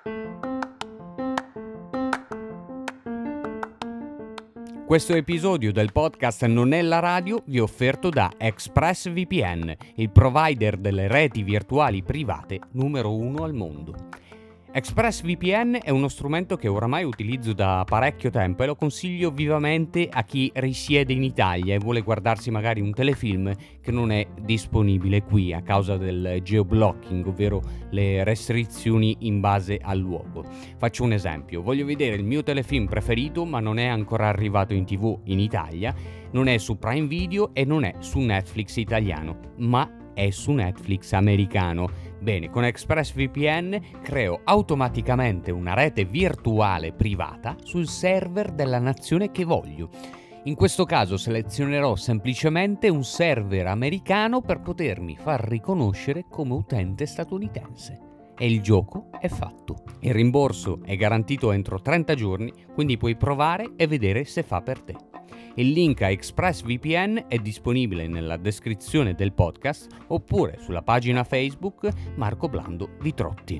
Questo episodio del podcast Non è la radio vi è offerto da ExpressVPN, il provider delle reti virtuali private numero 1 al mondo. ExpressVPN è uno strumento che oramai utilizzo da parecchio tempo e lo consiglio vivamente a chi risiede in Italia e vuole guardarsi magari un telefilm che non è disponibile qui a causa del geoblocking, ovvero le restrizioni in base al luogo. Faccio un esempio: voglio vedere il mio telefilm preferito ma non è ancora arrivato in TV in Italia, non è su Prime Video e non è su Netflix italiano, ma è su Netflix americano. Bene, con ExpressVPN creo automaticamente una rete virtuale privata sul server della nazione che voglio. In questo caso selezionerò semplicemente un server americano per potermi far riconoscere come utente statunitense. E il gioco è fatto. Il rimborso è garantito entro 30 giorni, quindi puoi provare e vedere se fa per te. Il link a ExpressVPN è disponibile nella descrizione del podcast oppure sulla pagina Facebook Marco Blando Vitrotti.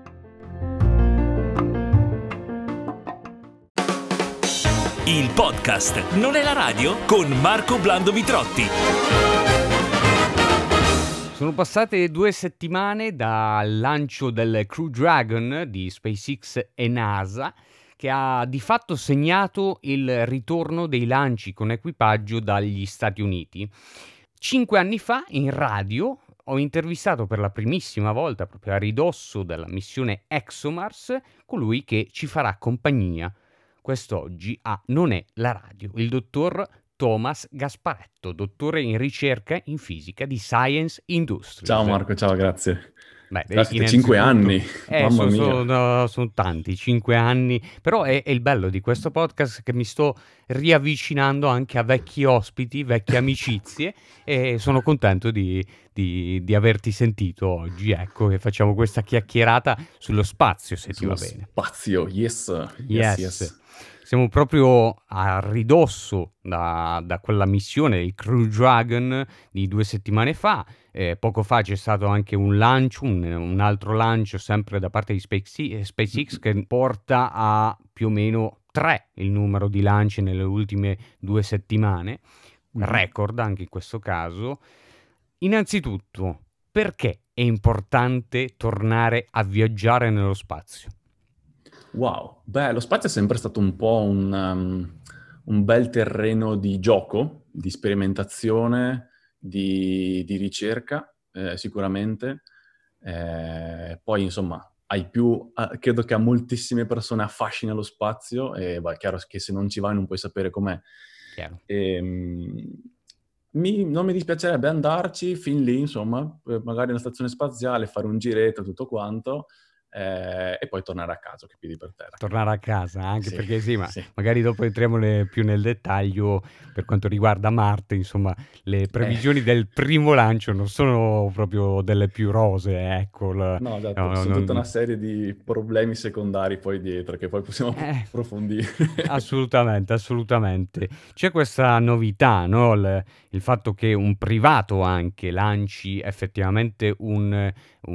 Il podcast Non è la radio con Marco Blando Vitrotti. Sono passate 2 settimane dal lancio del Crew Dragon di SpaceX e NASA, che ha di fatto segnato il ritorno dei lanci con equipaggio dagli Stati Uniti. 5 anni fa in radio ho intervistato per la primissima volta, proprio a ridosso della missione ExoMars, colui che ci farà compagnia quest'oggi a Non è la radio, il dottor Thomas Gasparetto, dottore in ricerca in fisica di Science Industries. Ciao Marco, ciao, grazie. Beh, Siete 5 anni, mamma mia. Sono tanti, 5 anni, però è il bello di questo podcast che mi sto riavvicinando anche a vecchi ospiti, vecchie amicizie e sono contento di averti sentito oggi, ecco, che facciamo questa chiacchierata sullo spazio, se ti va bene. Spazio, yes. Siamo proprio a ridosso da quella missione, il Crew Dragon di 2 settimane fa. Poco fa c'è stato anche un lancio, un altro lancio sempre da parte di SpaceX che porta a più o meno 3 il numero di lanci nelle ultime 2 settimane, record anche in questo caso. Innanzitutto, perché è importante tornare a viaggiare nello spazio? Wow, beh, lo spazio è sempre stato un po' un bel terreno di gioco, di sperimentazione, di ricerca, sicuramente. Poi, insomma, credo che a moltissime persone affascina lo spazio e è chiaro che se non ci vai non puoi sapere com'è. Chiaro. Non mi dispiacerebbe andarci fin lì, insomma, magari nella stazione spaziale, fare un giretto, tutto quanto, e poi tornare a casa, che piedi per terra. Tornare a casa, anche Sì, perché sì, ma sì. magari dopo entriamo più nel dettaglio per quanto riguarda Marte, insomma, le previsioni del primo lancio non sono proprio delle più rosee, ecco. No, esatto, sono tutta una serie di problemi secondari poi dietro, che poi possiamo approfondire. Assolutamente. C'è questa novità, no? Il fatto che un privato anche lanci effettivamente una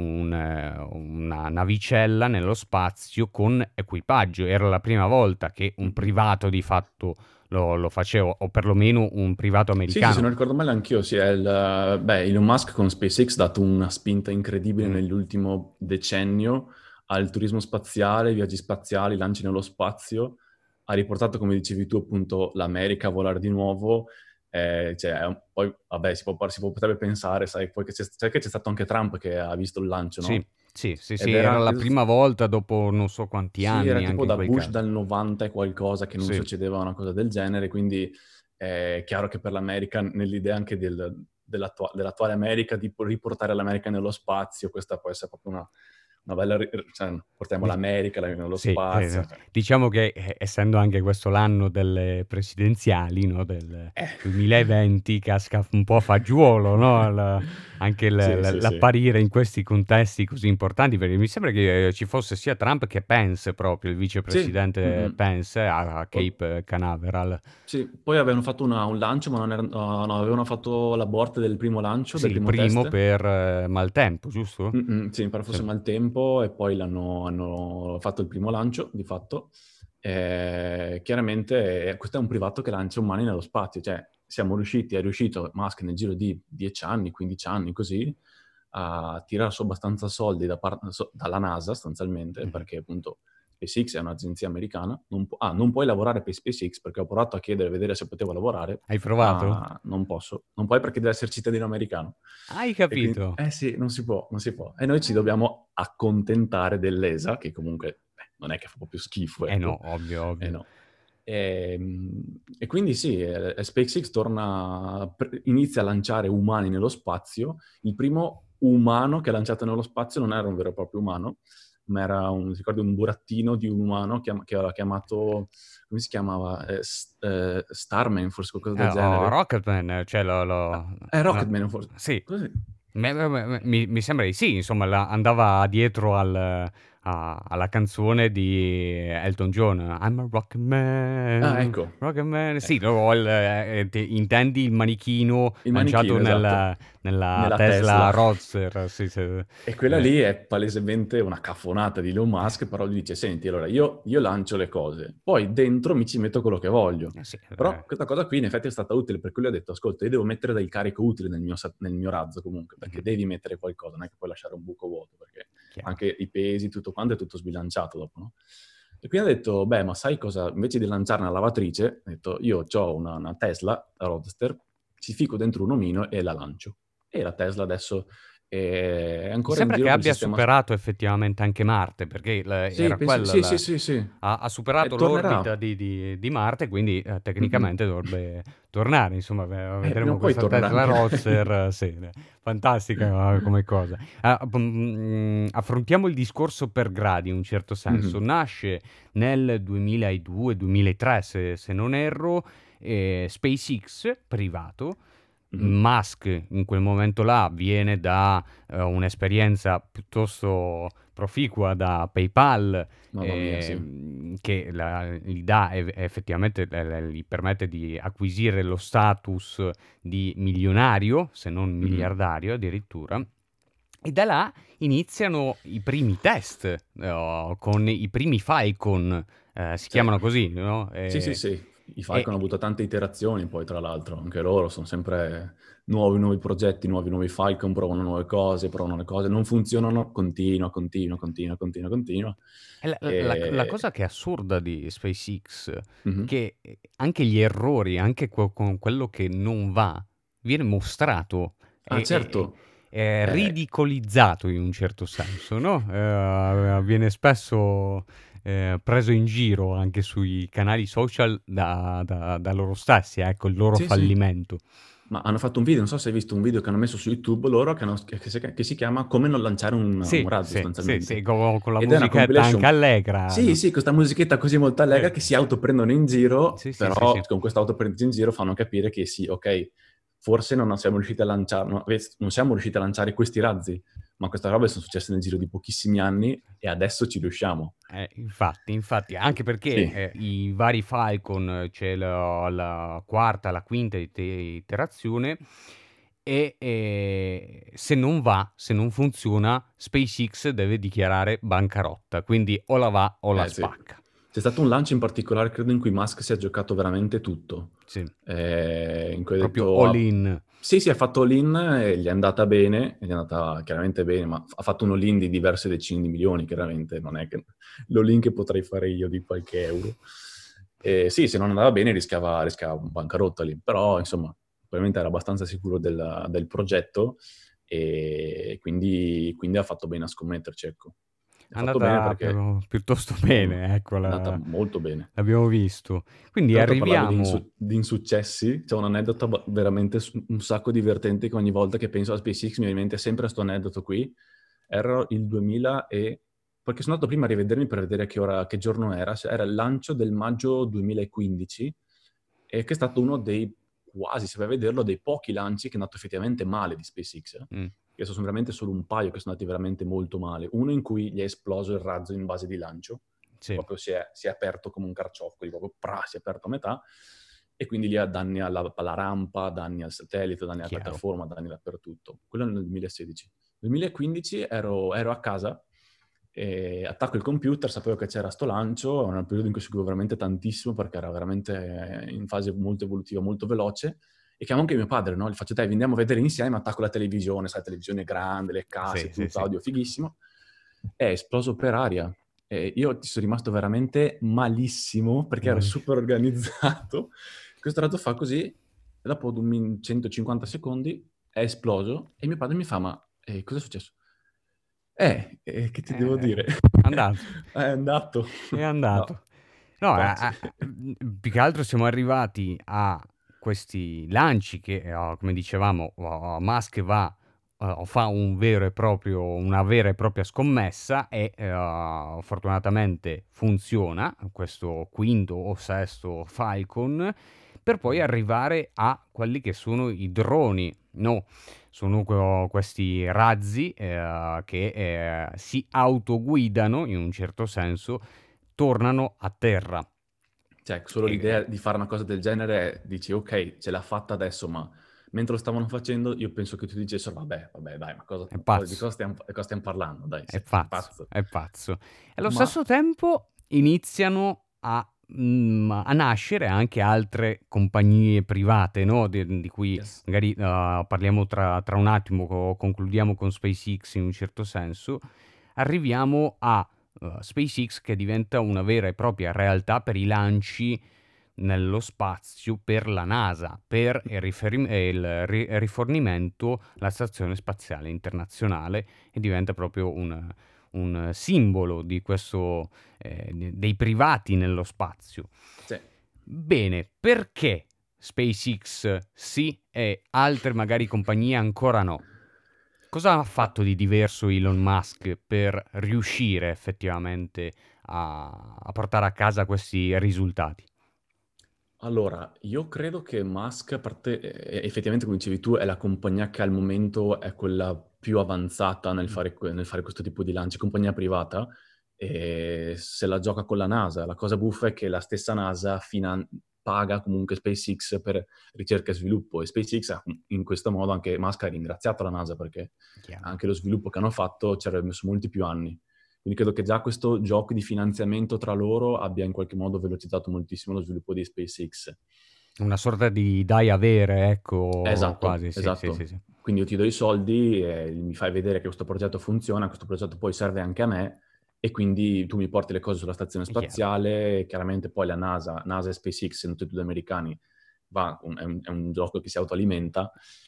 navicella nello spazio con equipaggio. Era la prima volta che un privato di fatto lo faceva, o perlomeno un privato americano. Sì, se non ricordo male anch'io, sì, Elon Musk con SpaceX ha dato una spinta incredibile nell'ultimo decennio al turismo spaziale, viaggi spaziali, lanci nello spazio. Ha riportato, come dicevi tu, appunto, l'America a volare di nuovo. Poi, vabbè, potrebbe pensare, sai che c'è stato anche Trump che ha visto il lancio, no? Sì, era la prima volta dopo non so quanti anni. Sì, era tipo anche da in quel Bush caso. dal 90 e qualcosa che non succedeva una cosa del genere, quindi è chiaro che per l'America, nell'idea anche dell'attuale America, di riportare l'America nello spazio, questa può essere proprio una bella... portiamo l'America nello spazio. Esatto. Diciamo che essendo anche questo l'anno delle presidenziali, no, del 2020, casca un po' a fagiolo, no? anche Sì, sì, sì. l'apparire in questi contesti così importanti, perché mi sembra che ci fosse sia Trump che Pence, proprio il Sì, vicepresidente mm-mm. Pence a Poi, Cape Canaveral. sì, poi avevano fatto un lancio, ma no, avevano fatto l'aborto del primo lancio, Sì, del il primo primo test. per maltempo, giusto? Sì, mi pare Sì. fosse maltempo e poi hanno fatto il primo lancio, di fatto. Chiaramente questo è un privato che lancia umani nello spazio, cioè è riuscito Musk nel giro di 10 anni, 15 anni, così, a tirare su abbastanza soldi dalla NASA, sostanzialmente, Mhm. perché appunto SpaceX è un'agenzia americana, non puoi lavorare per SpaceX perché ho provato a chiedere, a vedere se potevo lavorare, Hai provato? ma non posso, non puoi perché deve essere cittadino americano. Hai E quindi, capito? eh sì, non si può, non si può. E noi ci dobbiamo accontentare dell'ESA, che comunque non è che fa proprio schifo, Eh no, ecco. ovvio, Eh ovvio. no. E quindi sì, SpaceX inizia a lanciare umani nello spazio. Il primo umano che ha lanciato nello spazio non era un vero e proprio umano, ma era ti ricordi, un burattino di un umano che aveva chiamato, come si chiamava? Starman, forse qualcosa del genere. Rocketman, cioè È no, Rocketman, forse. sì, Così. mi sembra di sì, insomma, andava dietro alla canzone di Elton John, I'm a Ah, Rocketman, ecco. Rocketman, sì, Ecco. intendi il manichino Il lanciato manichino, esatto. nella Nella Tesla Tesla. Roadster, sì, sì. E quella lì è palesemente una cafonata di Elon Musk, però lui dice, senti, allora io lancio le cose, poi dentro mi ci metto quello che voglio. Sì, Però questa cosa qui in effetti è stata utile, per cui lui ha detto, ascolta, io devo mettere del carico utile nel mio razzo comunque, perché mhm, devi mettere qualcosa, non è che puoi lasciare un buco vuoto, perché chiaro. anche i pesi, tutto quanto è tutto sbilanciato dopo, no? E quindi ha detto, beh, ma sai cosa? Invece di lanciare una lavatrice, ha detto, io ho una Tesla Roadster, ci fico dentro un omino e la lancio. E la Tesla adesso è Mi ancora in sembra giro che per il abbia sistema. superato effettivamente anche Marte, perché Sì, era penso, quella sì, sì, sì, sì. ha superato l'orbita Tornerà. di Marte, quindi Mm-mm. tecnicamente dovrebbe tornare. Insomma, Prima vedremo o poi questa tornerà Tesla anche lei. Roadster, sì, fantastica come cosa. Affrontiamo il discorso per gradi in un certo senso. Mhm. Nasce nel 2002-2003, se non erro, SpaceX privato. Mhm. Musk in quel momento là viene da un'esperienza piuttosto proficua da PayPal, Mamma mia, sì. che gli dà effettivamente, gli permette di acquisire lo status di milionario, se non Mhm. miliardario addirittura. E da là iniziano i primi test con i primi Falcon, si Sì. chiamano così, no? Sì, sì, sì. I E- Falcon hanno avuto tante iterazioni, poi tra l'altro, anche loro sono sempre nuovi progetti, nuovi Falcon, provano nuove cose, provano le cose, non funzionano, continua. E la E... cosa che è assurda di SpaceX, Mhm. che anche gli errori, anche con quello che non va, viene mostrato Ah, e certo. è Eh, ridicolizzato in un certo senso, no? Viene spesso preso in giro anche sui canali social da loro stessi, ecco, il loro sì, sì. fallimento. Ma hanno fatto un video, non so se hai visto un video che hanno messo su YouTube loro, che si chiama Come non lanciare un Sì, razzo, sì, sì, sì, sostanzialmente. con la Ed è una musichetta anche compilation. allegra, Sì, no? sì, questa musichetta così molto allegra che si autoprendono in giro, Sì, sì, sì, però sì. con questa autopresa in giro fanno capire che sì, ok, forse non siamo riusciti a lanciare, non siamo riusciti a lanciare questi razzi, ma queste robe sono successe nel giro di pochissimi anni e adesso ci riusciamo. Infatti, anche perché Sì, i vari Falcon, c'è la quarta, la quinta iterazione, e se non va, se non funziona, SpaceX deve dichiarare bancarotta, quindi o la va o la sì. spacca. C'è stato un lancio in particolare, credo, in cui Musk si è giocato veramente tutto. Sì, In cui ha proprio detto, all in. sì, sì, ha fatto all-in e gli è andata bene, e gli è andata chiaramente bene, ma ha fatto un all-in di diverse decine di milioni, chiaramente, non è che l'all-in che potrei fare io di qualche euro. E sì, se non andava bene rischiava bancarotta lì, però insomma, probabilmente era abbastanza sicuro del progetto e quindi ha fatto bene a scommetterci, ecco. Ha È fatto bene andata perché piuttosto mm, bene, ecco, è andata molto bene. l'abbiamo visto. Quindi Tra l'altro parlavi di, arriviamo. di insuccessi, c'è un aneddoto veramente un sacco divertente che ogni volta che penso a SpaceX mi viene in mente sempre questo aneddoto qui. Era il 2000 e... perché sono andato prima a rivedermi per vedere che giorno era. Era il lancio del maggio 2015 e che è stato uno dei quasi, se vai a vederlo, dei pochi lanci che è andato effettivamente male di SpaceX, che sono veramente solo un paio che sono andati veramente molto male. Uno in cui gli è esploso il razzo in base di lancio, Sì. proprio si è aperto come un carciofo, quindi proprio si è aperto a metà, e quindi lì ha danni alla rampa, danni al satellite, danni alla Chiaro. piattaforma, danni dappertutto. Quello nel 2016. Nel 2015 ero a casa, e attacco il computer, sapevo che c'era sto lancio, era un periodo in cui seguivo veramente tantissimo perché era veramente in fase molto evolutiva, molto veloce, e chiamo anche mio padre, no? Gli faccio, dai, andiamo a vedere insieme, attacco la televisione, sai, la televisione grande, le casse, Sì, tutto, audio fighissimo, è esploso per aria. E io ci sono rimasto veramente malissimo perché ero super organizzato. Questo razzo fa così, e dopo 150 secondi è esploso, e mio padre mi fa, ma cosa è successo? Che ti devo dire? È andato. È andato. È andato. No, più che altro siamo arrivati a questi lanci che, come dicevamo, Musk va, fa una vera e propria scommessa e fortunatamente funziona questo quinto o sesto Falcon, per poi arrivare a quelli che sono i droni, no? Sono questi razzi che si autoguidano in un certo senso, tornano a terra. Cioè, solo l'idea di fare una cosa del genere, dici, ok, ce l'ha fatta adesso, ma mentre lo stavano facendo, io penso che tu dicessero, vabbè, dai, ma È di pazzo. cosa stiamo parlando? Dai, È sei pazzo, pazzo. è pazzo. E allo Ma stesso tempo iniziano a nascere anche altre compagnie private, no? Di cui yes. magari parliamo tra un attimo, concludiamo con SpaceX in un certo senso. Arriviamo a SpaceX che diventa una vera e propria realtà per i lanci nello spazio per la NASA, per il rifornimento alla Stazione Spaziale Internazionale, e diventa proprio un simbolo di questo, dei privati nello spazio. Sì. Bene, perché SpaceX sì e altre magari compagnie ancora no? Cosa ha fatto di diverso Elon Musk per riuscire effettivamente a portare a casa questi risultati? Allora, io credo che Musk, a parte, effettivamente, come dicevi tu, è la compagnia che al momento è quella più avanzata nel fare questo tipo di lanci, compagnia privata, e se la gioca con la NASA. La cosa buffa è che la stessa NASA paga comunque SpaceX per ricerca e sviluppo, e SpaceX in questo modo, anche Musk ha ringraziato la NASA perché Chiaro. anche lo sviluppo che hanno fatto ci avrebbe messo molti più anni. Quindi credo che già questo gioco di finanziamento tra loro abbia in qualche modo velocizzato moltissimo lo sviluppo di SpaceX. Una sorta di dai avere, ecco, Esatto, quasi, sì, esatto. sì, sì. Quindi io ti do i soldi, mi fai vedere che questo progetto funziona, questo progetto poi serve anche a me, e quindi tu mi porti le cose sulla stazione È chiaro. spaziale. Chiaramente poi la NASA e SpaceX, sono tutti e due americani, è un gioco che si autoalimenta.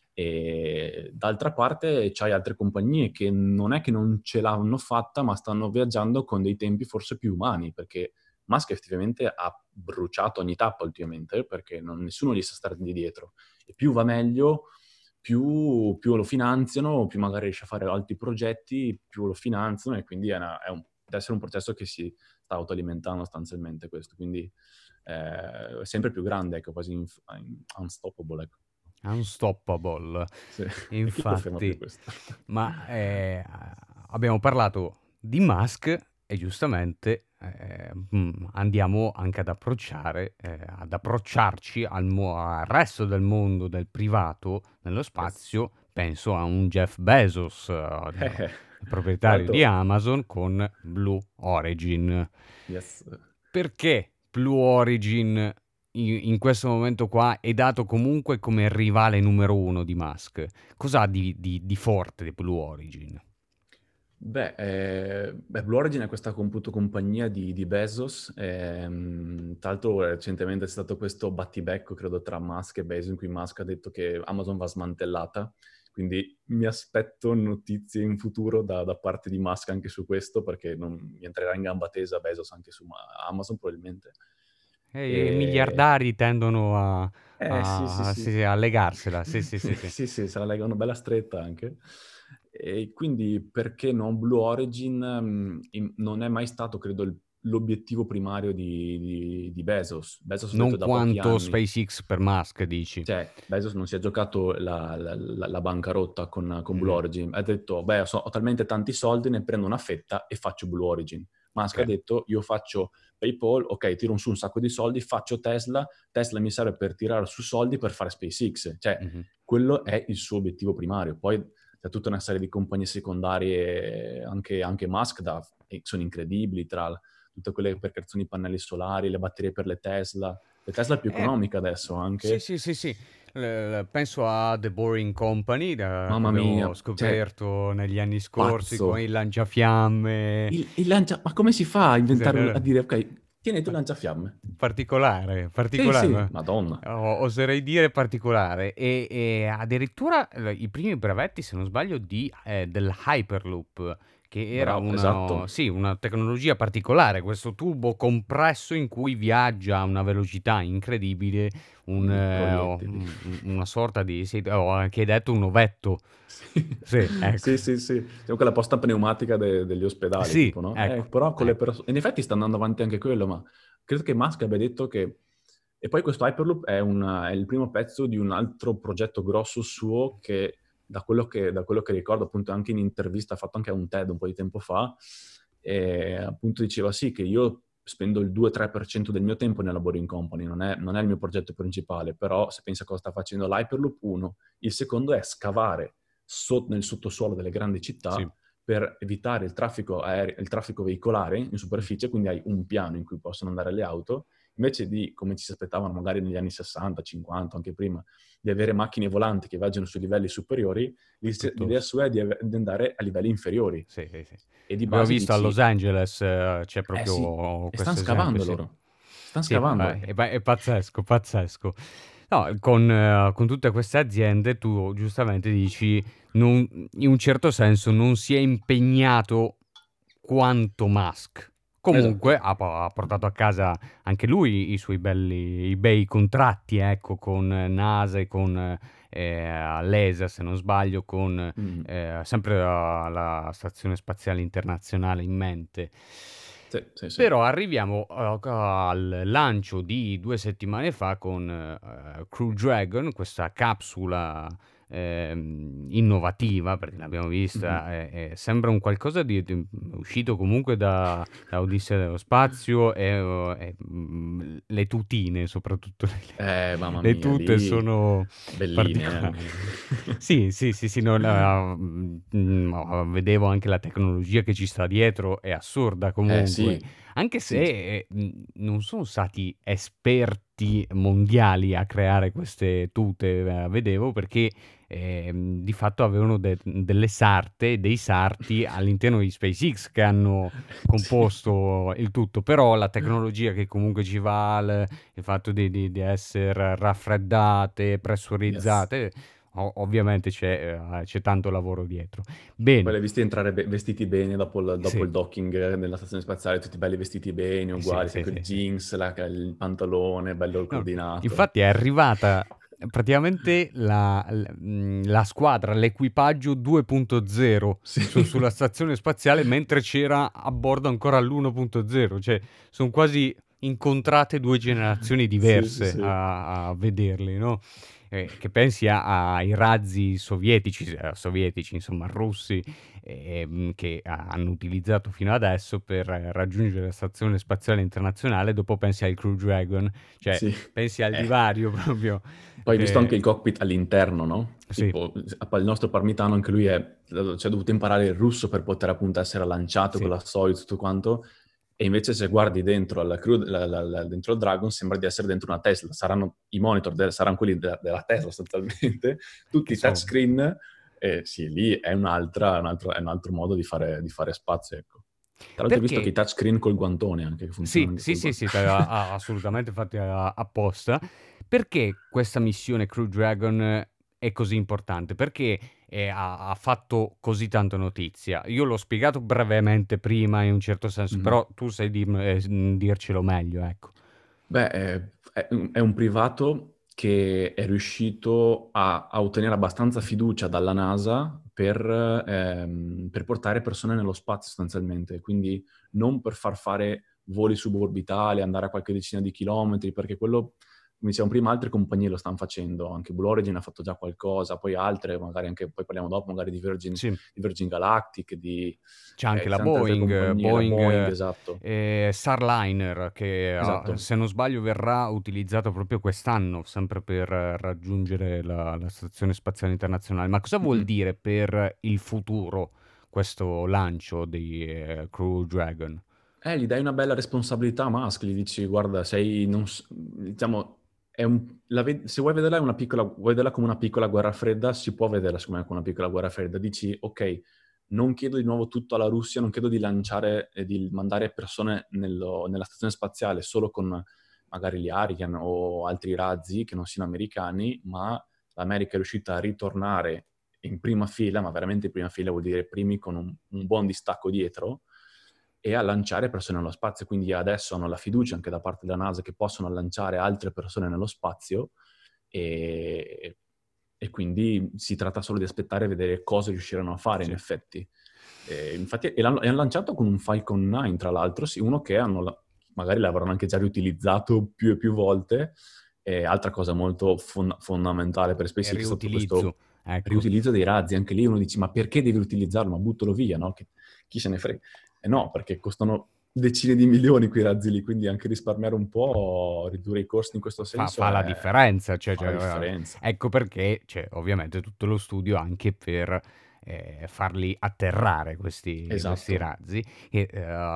E d'altra parte c'hai altre compagnie che non è che non ce l'hanno fatta, ma stanno viaggiando con dei tempi forse più umani, perché Musk effettivamente ha bruciato ogni tappa ultimamente, perché nessuno gli sa stare di dietro. E più va meglio, più lo finanziano, più magari riesce a fare altri progetti, più lo finanziano, e quindi deve essere un processo che si sta autoalimentando sostanzialmente questo. Quindi è sempre più grande, ecco, quasi unstoppable, ecco. Unstoppable, Sì. E chi lo ferma più infatti. questo? Ma abbiamo parlato di Musk e giustamente andiamo anche ad approcciarci al resto del mondo del privato nello spazio. Yes. Penso a un Jeff Bezos, il proprietario di Amazon, con Blue Origin. Yes. Perché Blue Origin in questo momento qua è dato comunque come rivale numero uno di Musk? Cos'ha di forte di Blue Origin? Blue Origin è questa compagnia di Bezos. Tra l'altro recentemente c'è stato questo battibecco, credo, tra Musk e Bezos, in cui Musk ha detto che Amazon va smantellata. Quindi mi aspetto notizie in futuro da parte di Musk anche su questo, perché mi entrerà in gamba tesa Bezos anche su Amazon probabilmente. I miliardari tendono Sì. a legarsela, sì. Sì, se la legano bella stretta anche. E quindi perché non Blue Origin? Non è mai stato, credo, l'obiettivo primario di Bezos. Bezos ha detto Non da pochi quanto anni, SpaceX per Musk, dici. cioè Bezos non si è giocato la bancarotta con Blue Mhm. Origin, ha detto, beh, ho talmente tanti soldi, ne prendo una fetta e faccio Blue Origin. Musk Ok. ha detto, io faccio PayPal, ok, tiro su un sacco di soldi, faccio Tesla mi serve per tirare su soldi per fare SpaceX. Cioè, Mhm. quello è il suo obiettivo primario. Poi c'è tutta una serie di compagnie secondarie, anche Musk, sono incredibili, tra tutte quelle per creazione di pannelli solari, le batterie per le Tesla. Le Tesla è più Eh, economica adesso sì, anche. sì, sì, sì. Penso a The Boring Company, che Mamma abbiamo mia, cioè, scoperto negli anni scorsi con pazzo. il lanciafiamme. Ma come si fa a Sì, inventare, no, a no. dire, ok, tieniti un Pa- lanciafiamme? Particolare, Sì, particolare, sì, ma Madonna. oserei dire particolare. E addirittura i primi brevetti, se non sbaglio, del Hyperloop, che era Bravo, esatto. sì, una tecnologia particolare, questo tubo compresso in cui viaggia a una velocità incredibile, I proiettili. una sorta di, sì, ho anche detto un ovetto. Sì, Sì, ecco. sì, sì, sì. Siamo quella posta pneumatica degli ospedali, Sì, tipo, no? ecco, Però con le ecco. persone... In effetti sta andando avanti anche quello, ma credo che Musk abbia detto che... E poi questo Hyperloop è il primo pezzo di un altro progetto grosso suo che, da quello che ricordo, appunto, anche in intervista, ha fatto anche a un TED un po' di tempo fa, e appunto diceva sì, che io spendo il 2-3% del mio tempo nella Boring Company, non è il mio progetto principale, però se pensa a cosa sta facendo l'Hyperloop, uno. Il secondo è scavare nel sottosuolo delle grandi Sì. città per evitare il traffico il traffico veicolare in superficie, quindi hai un piano in cui possono andare le auto, invece di, come ci si aspettavano magari negli anni 60, 50, anche prima, di avere macchine volanti che viaggiano sui livelli superiori, Tutto. l'idea sua è di andare a livelli inferiori. Sì, sì, sì. E di Abbiamo base visto a dici, Los Angeles, c'è eh sì, proprio e stanno questo esempio, scavando sì. loro. Stanno Sì, scavando. è pazzesco, pazzesco. No, con tutte queste aziende tu giustamente dici, in un certo senso non si è impegnato quanto Musk. Comunque Esatto. ha portato a casa anche lui i bei contratti, ecco, con NASA e con l'ESA, se non sbaglio, con Mm. sempre la Stazione Spaziale Internazionale in mente. Sì, sì, sì. Però arriviamo al lancio di 2 settimane fa con Crew Dragon, questa capsula innovativa, perché l'abbiamo Mhm. vista, sembra un qualcosa di uscito comunque da Odissea dello Spazio le tutine, soprattutto Mamma le mia, tute lì sono belline, particolari. eh. Sì, sì, sì, sì, no, vedevo anche la tecnologia che ci sta dietro, è assurda comunque. Sì, Anche se sì. non sono stati esperti mondiali a creare queste tute, vedevo, perché di fatto avevano delle sarte, dei sarti all'interno di SpaceX che hanno Sì. composto il tutto, però la tecnologia che comunque ci va, il fatto di essere raffreddate, Yes. pressurizzate, ovviamente c'è tanto lavoro dietro. Poi Bene, li hai visti entrare vestiti bene dopo il sì, docking nella stazione spaziale, tutti belli vestiti bene, sì, uguali, sai, sì, col sì, sì. jeans, il pantalone, bello No, coordinato. infatti è arrivata praticamente la squadra, l'equipaggio 2.0 Sì. sulla stazione spaziale, mentre c'era a bordo ancora l'1.0, cioè sono quasi incontrate due generazioni Sì, sì, diverse sì. a vederli, no? Che pensi ai razzi sovietici, insomma, russi, che hanno utilizzato fino adesso per raggiungere la Stazione Spaziale Internazionale, dopo pensi al Crew Dragon, cioè Sì. pensi al Eh. divario proprio. Poi hai visto anche il cockpit all'interno, no? Sì, Tipo, il nostro Parmitano, anche lui ci ha dovuto imparare il russo per poter appunto essere lanciato con sì. la solito tutto quanto. E invece se guardi dentro alla crew, dentro il Dragon, sembra di essere dentro una Tesla. Saranno i monitor, saranno quelli della Tesla sostanzialmente, Che tutti so. touchscreen. E sì, lì è un altro modo di fare spazio, ecco. Tra l'altro hai visto che i Perché touchscreen col guantone anche, che funzionano sì, anche sì, col sì, sì, guantone. assolutamente fatti apposta. Perché questa missione Crew Dragon è così importante? Perché ha fatto così tanta notizia? Io l'ho spiegato brevemente prima in un certo senso, Mhm. però tu sai dircelo meglio, ecco. Beh, è un privato che è riuscito a ottenere abbastanza fiducia dalla NASA per portare persone nello spazio sostanzialmente, quindi non per far fare voli suborbitali, andare a qualche decina di chilometri, perché quello, come dicevamo prima, altre compagnie lo stanno facendo, anche Blue Origin ha fatto già qualcosa, poi altre, magari anche, poi parliamo dopo, magari di Sì. Virgin Galactic, C'è anche di la tante altre Boeing, compagnie, la Boeing, esatto. Starliner, che Esatto. se non sbaglio verrà utilizzato proprio quest'anno, sempre per raggiungere la Stazione Spaziale Internazionale. Ma cosa vuol Mm-mm. dire per il futuro questo lancio di Crew Dragon? Gli dai una bella responsabilità a Musk, gli dici, guarda, diciamo, se vuoi vederla, vuoi vederla come una piccola guerra fredda, si può vederla secondo me come una piccola guerra fredda. Dici, ok, non chiedo di nuovo tutto alla Russia, non chiedo di lanciare e di mandare persone nella stazione spaziale solo con magari gli Ariane o altri razzi che non siano americani, ma l'America è riuscita a ritornare in prima fila, ma veramente in prima fila vuol dire primi con un buon distacco dietro, e a lanciare persone nello spazio. Quindi adesso hanno la fiducia anche da parte della NASA che possono lanciare altre persone nello spazio e, e quindi si tratta solo di aspettare e vedere cosa riusciranno a fare in Sì. effetti. Infatti, e hanno lanciato con un Falcon 9, tra l'altro, sì, uno che magari l'avranno anche già riutilizzato più e più volte. Altra cosa molto fondamentale per E SpaceX è stato riutilizzo, questo ecco. riutilizzo dei razzi. Anche lì uno dice, ma perché devi utilizzarlo? Ma buttalo via, no? Chi se ne frega? No, perché costano decine di milioni quei razzi lì, quindi anche risparmiare un po', ridurre i costi in questo senso Fa la differenza, fa la differenza. ecco perché c'è ovviamente tutto lo studio anche per farli atterrare questi Esatto. razzi. E,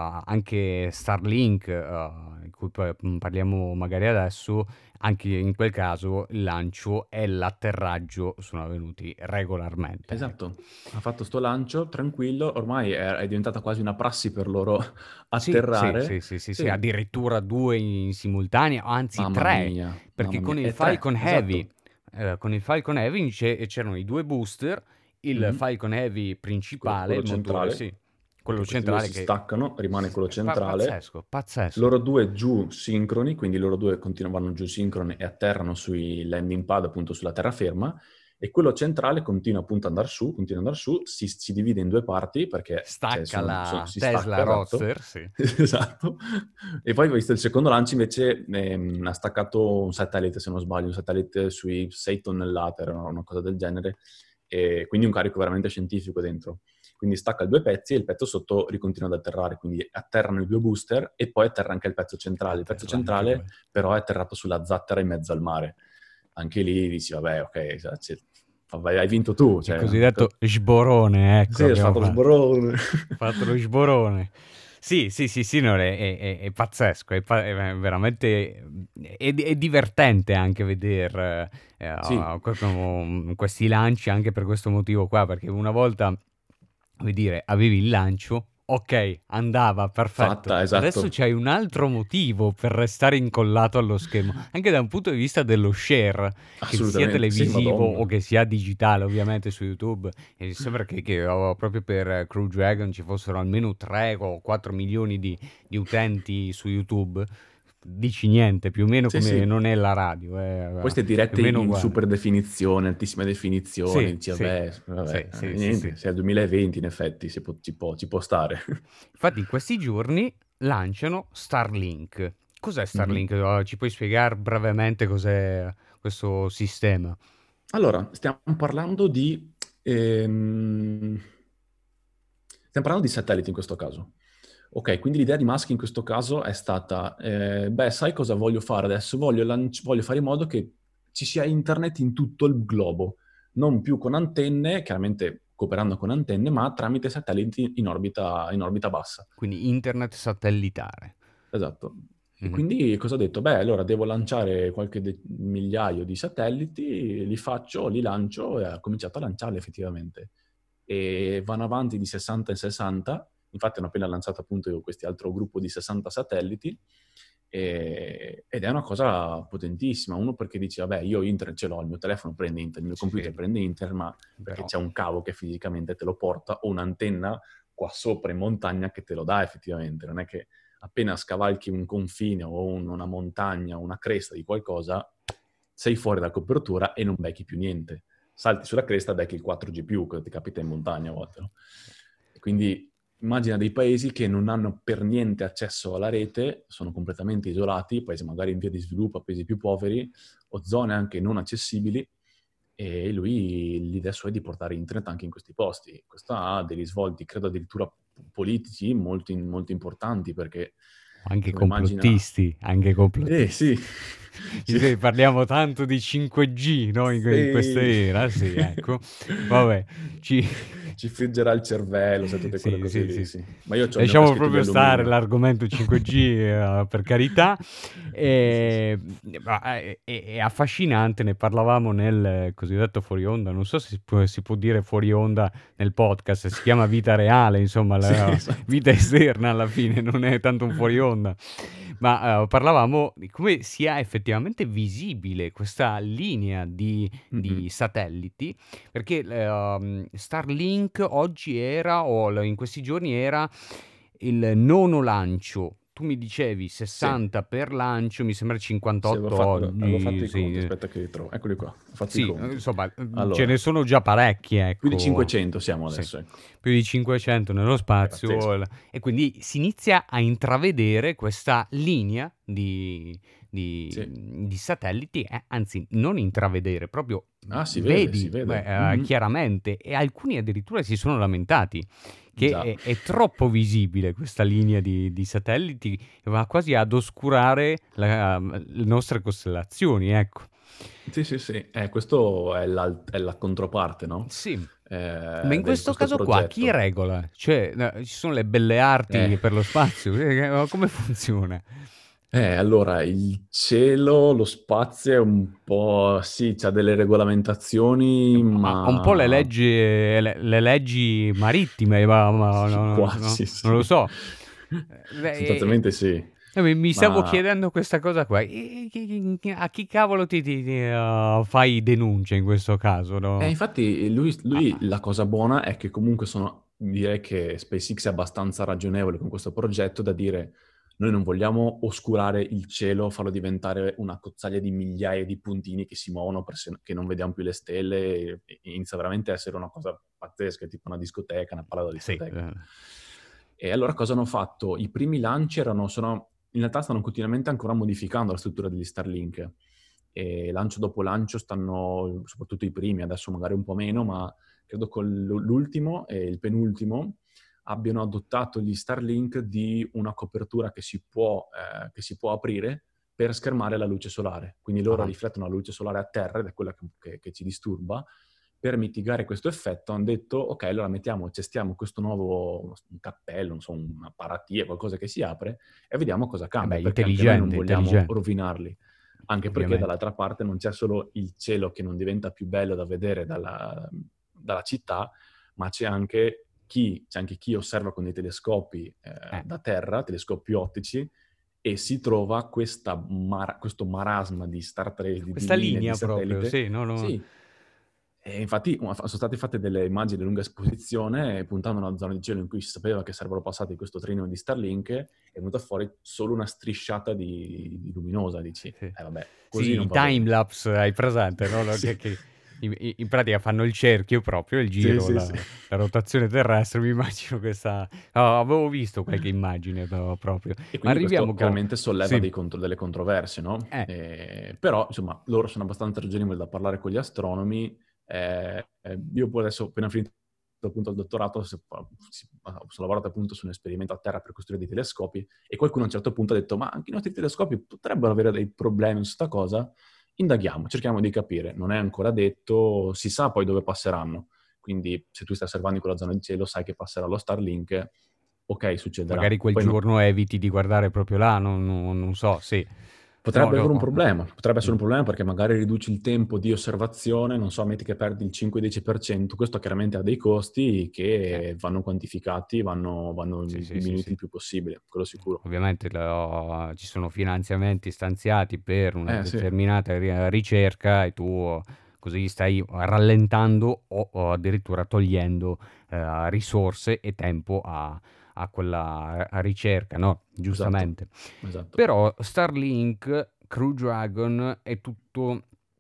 anche Starlink, di cui poi parliamo magari adesso, anche in quel caso il lancio e l'atterraggio sono avvenuti regolarmente. Ecco. Esatto, ha fatto sto lancio tranquillo, ormai è diventata quasi una prassi per loro Sì, sì, atterrare. sì, sì, sì, sì, Sì, addirittura 2 in simultanea, anzi mamma 3, mia, perché mamma mia. con il E tre, Falcon Heavy, esatto. c'erano i 2 booster, il Mhm. Falcon Heavy principale, Quello il motore, centrale, sì, quello perché questi due centrale si che staccano, rimane quello centrale. pazzesco, pazzesco. Loro due giù sincroni, quindi loro due vanno giù sincroni e atterrano sui landing pad, appunto sulla terraferma, e quello centrale continua appunto ad andare su, continua ad andare su, si divide in due parti perché cioè, Stacca la si Tesla stacca, esatto. Roadster, sì. Esatto. E poi ho visto il secondo lancio invece ha staccato un satellite, se non sbaglio, un satellite sui 6 tonnellate, era una cosa del genere, e quindi un carico veramente scientifico dentro. Quindi stacca due pezzi e il pezzo sotto ricontinua ad atterrare, quindi atterrano i due booster e poi atterra anche il pezzo centrale. La Il pezzo Tesla anche centrale quello. però è atterrato sulla zattera in mezzo al mare. Anche lì dici, vabbè, ok, hai vinto tu. Il Cioè, cosiddetto sborone, ecco, sì, hai abbiamo fatto lo sborone. fatto lo sborone. Sì, sì, sì, sì, no, è pazzesco, è veramente è divertente anche vedere Sì, questi lanci anche per questo motivo qua, perché una volta, come dire, avevi il lancio, ok, andava, perfetto. fatta, Adesso esatto. c'hai un altro motivo per restare incollato allo schermo, anche da un punto di vista dello share, che sia Assolutamente, sì, televisivo o Madonna. che sia digitale, ovviamente su YouTube. E sembra che proprio per Crew Dragon ci fossero almeno 3 o 4 milioni di utenti su YouTube. Dici niente, più o meno Sì, come sì. non è la radio, Queste più o dirette meno in uguale. super definizione, altissima definizione, Sì, dici, sì, vabbè, sì, sì, sì, niente, sì. sei al 2020 in effetti, ci può stare. Infatti in questi giorni lanciano Starlink. Cos'è Mhm. Starlink? Ci puoi spiegare brevemente cos'è questo sistema? Allora, stiamo parlando di satelliti in questo caso. Ok, quindi l'idea di Musk in questo caso è stata, beh, sai cosa voglio fare adesso? Voglio fare in modo che ci sia internet in tutto il globo, non più con antenne, chiaramente cooperando con antenne, ma tramite satelliti in orbita bassa. Quindi internet satellitare. Esatto. E Mhm. quindi cosa ho detto? Beh, allora devo lanciare qualche migliaio di satelliti, li lancio e ho cominciato a lanciarli effettivamente. E vanno avanti di 60 in 60, infatti hanno appena lanciato appunto questo altro gruppo di 60 satelliti ed è una cosa potentissima. Uno perché dice, vabbè, io internet ce l'ho, il mio telefono prende internet, il mio computer Sì, prende internet, ma perché però c'è un cavo che fisicamente te lo porta o un'antenna qua sopra in montagna che te lo dà effettivamente. Non è che appena scavalchi un confine o una montagna o una cresta di qualcosa, sei fuori dalla copertura e non becchi più niente. Salti sulla cresta, becchi il 4G+, cosa ti capita in montagna a volte, no? E quindi immagina dei paesi che non hanno per niente accesso alla rete, sono completamente isolati, paesi magari in via di sviluppo, paesi più poveri, o zone anche non accessibili, e lui l'idea sua è di portare internet anche in questi posti. Questo ha dei risvolti, credo addirittura politici molto, molto importanti, perché Anche uno immagina... complottisti, anche complottisti. sì. Sì, parliamo tanto di 5G, no? In questa Sì. era, sì, ecco. Vabbè, Ci friggerà il cervello, sai, tutte quelle sì, cose sì, lì, sì. sì. Ma io c'ho il mio Lasciamo caschetto di proprio stare alluminio. l'argomento 5G, per carità. Sì. È affascinante, ne parlavamo nel cosiddetto fuori onda, non so se si può dire fuori onda nel podcast, si chiama vita reale, insomma, Sì, la esatto. vita esterna alla fine, non è tanto un fuori onda. Ma parlavamo di come sia effettivamente visibile questa linea di Mhm. satelliti, perché Starlink oggi era, o in questi giorni era, il nono lancio. Tu mi dicevi Sì. 60 per lancio, mi sembra Sì, 58 avevo fatto oggi. i conti, Sì, aspetta che li trovo. Eccoli qua, ho fatto i sì, conti. insomma, ce ne Allora, sono già parecchi, più di ecco. 500 siamo Sì, adesso, ecco. più di 500 nello È spazio, pazzesco. e quindi si inizia a intravedere questa linea Sì. di satelliti, anzi non intravedere, proprio Ah, si vedi vede. Mhm. chiaramente, e alcuni addirittura si sono lamentati che Già. è troppo visibile questa linea di satelliti, che va quasi ad oscurare le nostre costellazioni, ecco. Sì. Questo è la controparte, no? Sì, ma in Di questo questo caso qua chi progetto. regola? Cioè, ci sono le belle arti Eh. per lo spazio? Come funziona? Allora, il cielo, lo spazio è un po'... Sì, c'ha delle regolamentazioni, Ha un po' ma le leggi marittime, ma quasi non lo sì. so. Sostanzialmente sì. Mi stavo Ma chiedendo questa cosa qua. A chi cavolo fai denuncia in questo caso, no? infatti lui Ah, la cosa buona è che comunque direi che SpaceX è abbastanza ragionevole con questo progetto da dire noi non vogliamo oscurare il cielo, farlo diventare una cozzaglia di migliaia di puntini che si muovono che non vediamo più le stelle, e inizia veramente a essere una cosa pazzesca, tipo una discoteca, una palla da sì. discoteca. E allora cosa hanno fatto? I primi lanci in realtà stanno continuamente ancora modificando la struttura degli Starlink. E lancio dopo lancio stanno, soprattutto i primi, adesso magari un po' meno, ma credo con l'ultimo e il penultimo abbiano adottato gli Starlink di una copertura che si può aprire per schermare la luce solare. Quindi loro Ah. riflettono la luce solare a terra, ed è quella che ci disturba. Per mitigare questo effetto hanno detto, ok, allora cestiamo questo nuovo un cappello, non so, una paratia, qualcosa che si apre, e vediamo cosa Beh, cambia, perché anche noi non intelligente, vogliamo intelligente, rovinarli. Anche perché ovviamente. dall'altra parte non c'è solo il cielo che non diventa più bello da vedere dalla città, ma c'è anche chi osserva con dei telescopi Eh. da terra, telescopi ottici, e si trova questo marasma di di Questa linee di linea proprio, satellite. sì, no, no. Sì, e infatti sono state fatte delle immagini di lunga esposizione puntando una zona di cielo in cui si sapeva che sarebbero passati questo treno di Starlink, è venuta fuori solo una strisciata di luminosa, dici, Sì, sì. vabbè, così Sì, non i va bene. timelapse, hai presente, no? Sì. Che in pratica fanno il cerchio proprio, il Sì, giro, sì, sì. la rotazione terrestre, mi immagino questa... avevo visto qualche immagine proprio. E Ma quindi questo arriviamo chiaramente solleva Sì, delle controversie, no? eh, Però, insomma, loro sono abbastanza ragionevoli da parlare con gli astronomi. Io poi adesso, appena finito appunto il dottorato, ho lavorato appunto su un esperimento a terra per costruire dei telescopi, e qualcuno a un certo punto ha detto, ma anche i nostri telescopi potrebbero avere dei problemi su questa cosa? Indaghiamo, cerchiamo di capire. Non è ancora detto, si sa poi dove passeranno. Quindi se tu stai osservando in quella zona di cielo, sai che passerà lo Starlink, ok, succederà. magari quel Poi no. giorno eviti di guardare proprio là, non so, sì. No, Potrebbe avere un no. problema, Mm. perché magari riduci il tempo di osservazione, non so, metti che perdi il 5-10%, questo chiaramente ha dei costi Eh, che vanno quantificati, vanno sì, sì, sì, diminuiti sì. il più possibile, quello sicuro. Ovviamente ci sono finanziamenti stanziati per una Sì, determinata ricerca, e tu così stai rallentando o addirittura togliendo risorse e tempo a quella ricerca, no? esatto, Giustamente. esatto. Però Starlink, Crew Dragon è tutto